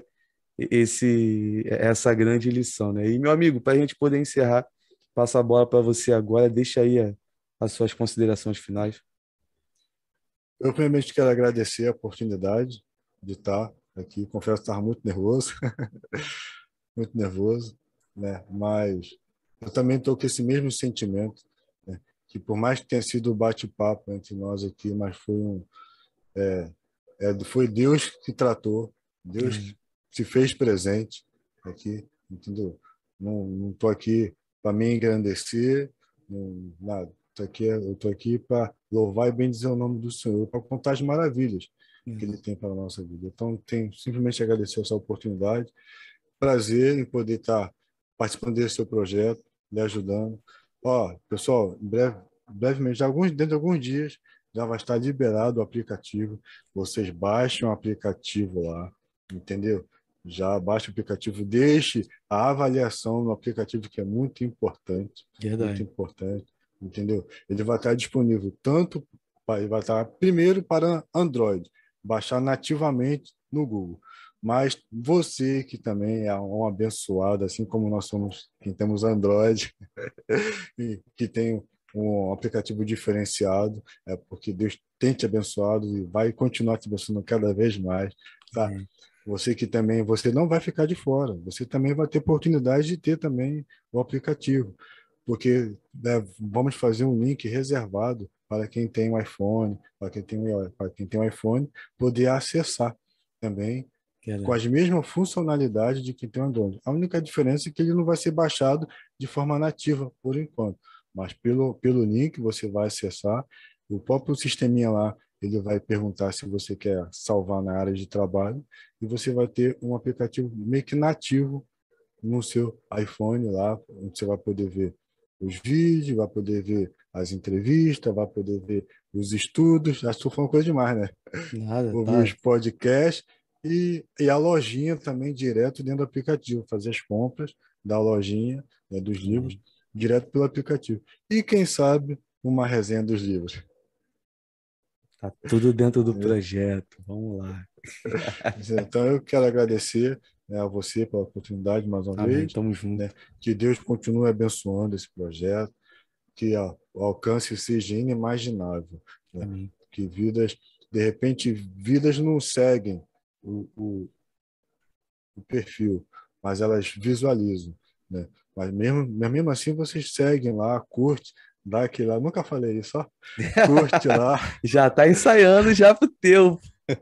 [SPEAKER 1] essa grande lição, né? E meu amigo, para a gente poder encerrar, passa a bola para você agora, deixa aí as suas considerações finais.
[SPEAKER 2] Eu primeiramente quero agradecer a oportunidade de estar aqui. Confesso que estava muito nervoso, muito nervoso, né? Mas eu também estou com esse mesmo sentimento, né? Que por mais que tenha sido um bate-papo entre nós aqui, mas foi Deus que tratou, Deus que
[SPEAKER 1] É,
[SPEAKER 2] se fez presente aqui, entendeu? Não estou aqui para me engrandecer, não, nada. Eu estou aqui para louvar e bendizer o nome do Senhor, para contar as maravilhas que Ele tem para a nossa vida. Então, tenho simplesmente agradecer essa oportunidade, prazer em poder estar participando desse seu projeto, lhe ajudando. Ó, pessoal, brevemente, dentro de alguns dias, já vai estar liberado o aplicativo. Vocês baixem o aplicativo lá, entendeu? Já baixe o aplicativo, deixe a avaliação no aplicativo, que é muito
[SPEAKER 1] verdade.
[SPEAKER 2] importante, entendeu? Ele vai estar disponível ele vai estar primeiro para Android, baixar nativamente no Google. Mas você que também é um abençoado, assim como nós somos, que temos Android, e que tem um aplicativo diferenciado, é porque Deus tem te abençoado e vai continuar te abençoando cada vez mais, tá?
[SPEAKER 1] É,
[SPEAKER 2] Você que também, você não vai ficar de fora, você também vai ter oportunidade de ter também o aplicativo, porque né, vamos fazer um link reservado para quem tem um iPhone, para quem tem um iPhone poder acessar também com
[SPEAKER 1] verdade.
[SPEAKER 2] as mesmas funcionalidades de quem tem um Android. A única diferença é que ele não vai ser baixado de forma nativa por enquanto, mas pelo link você vai acessar, o próprio sisteminha lá, ele vai perguntar se você quer salvar na área de trabalho e você vai ter um aplicativo meio que nativo no seu iPhone lá, onde você vai poder ver os vídeos, vai poder ver as entrevistas, vai poder ver os estudos. Acho que estou falando coisa demais, né?
[SPEAKER 1] Nada,
[SPEAKER 2] Ouvir
[SPEAKER 1] tá?
[SPEAKER 2] os podcasts e a lojinha também direto dentro do aplicativo, fazer as compras da lojinha, né, dos livros,
[SPEAKER 1] Amém.
[SPEAKER 2] direto pelo aplicativo. E quem sabe uma resenha dos livros.
[SPEAKER 1] Tá tudo dentro do
[SPEAKER 2] Entendeu?
[SPEAKER 1] projeto. Vamos lá.
[SPEAKER 2] Então eu quero agradecer, né, a você pela oportunidade mais uma
[SPEAKER 1] Amém.
[SPEAKER 2] vez,
[SPEAKER 1] Tamo
[SPEAKER 2] né,
[SPEAKER 1] junto.
[SPEAKER 2] que Deus continue abençoando esse projeto, que o alcance seja inimaginável, né,
[SPEAKER 1] Amém.
[SPEAKER 2] que vidas, de repente, vidas não seguem o, o, o perfil, mas elas visualizam, né? Mas mesmo assim vocês seguem lá, curte, dá aquele lá, nunca falei isso, ó, curte lá,
[SPEAKER 1] Já tá ensaiando já pro teu.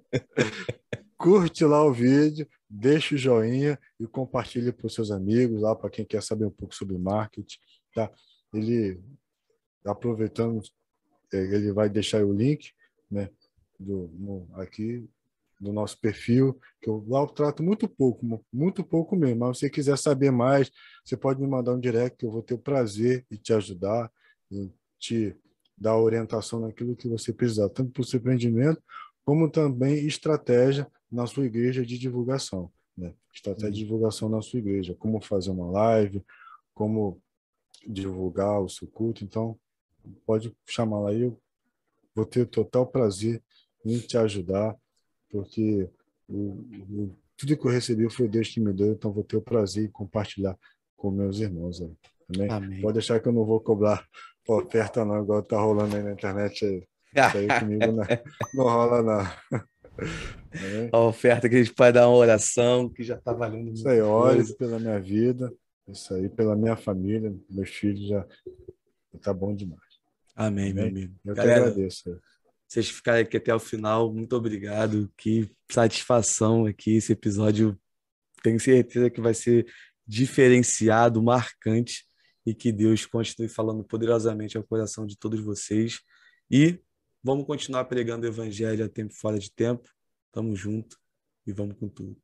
[SPEAKER 2] curte lá o vídeo, deixa o joinha e compartilhe para os seus amigos, lá para quem quer saber um pouco sobre marketing, tá? Ele, aproveitando, ele vai deixar aí o link, né, aqui do nosso perfil, que eu lá eu trato muito pouco mesmo, mas se você quiser saber mais, você pode me mandar um direct que eu vou ter o prazer de te ajudar, em te dar orientação naquilo que você precisar, tanto para o seu empreendimento, como também estratégia na sua igreja de divulgação, né? Estratégia de
[SPEAKER 1] Amém.
[SPEAKER 2] divulgação na sua igreja, como fazer uma live, como divulgar o seu culto, então pode chamar lá, eu vou ter total prazer em te ajudar, porque tudo que eu recebi foi Deus que me deu, então vou ter o prazer em compartilhar com meus irmãos aí, também.
[SPEAKER 1] Amém.
[SPEAKER 2] Pode deixar que eu não vou cobrar oferta não, igual tá rolando aí na internet aí. Isso aí comigo não, não rola não. Também.
[SPEAKER 1] A oferta que a gente pode dar uma oração, que já tá valendo
[SPEAKER 2] Isso aí,
[SPEAKER 1] muita
[SPEAKER 2] ore
[SPEAKER 1] coisa.
[SPEAKER 2] pela minha vida, isso aí, pela minha família, meus filhos já tá bom demais.
[SPEAKER 1] Amém, meu
[SPEAKER 2] Amém?
[SPEAKER 1] amigo.
[SPEAKER 2] Eu que
[SPEAKER 1] Galera,
[SPEAKER 2] agradeço aí.
[SPEAKER 1] vocês ficarem aqui até o final, muito obrigado. Que satisfação aqui. Esse episódio, tenho certeza que vai ser diferenciado, marcante, e que Deus continue falando poderosamente ao coração de todos vocês. E vamos continuar pregando o evangelho a tempo fora de tempo. Tamo junto e vamos com tudo.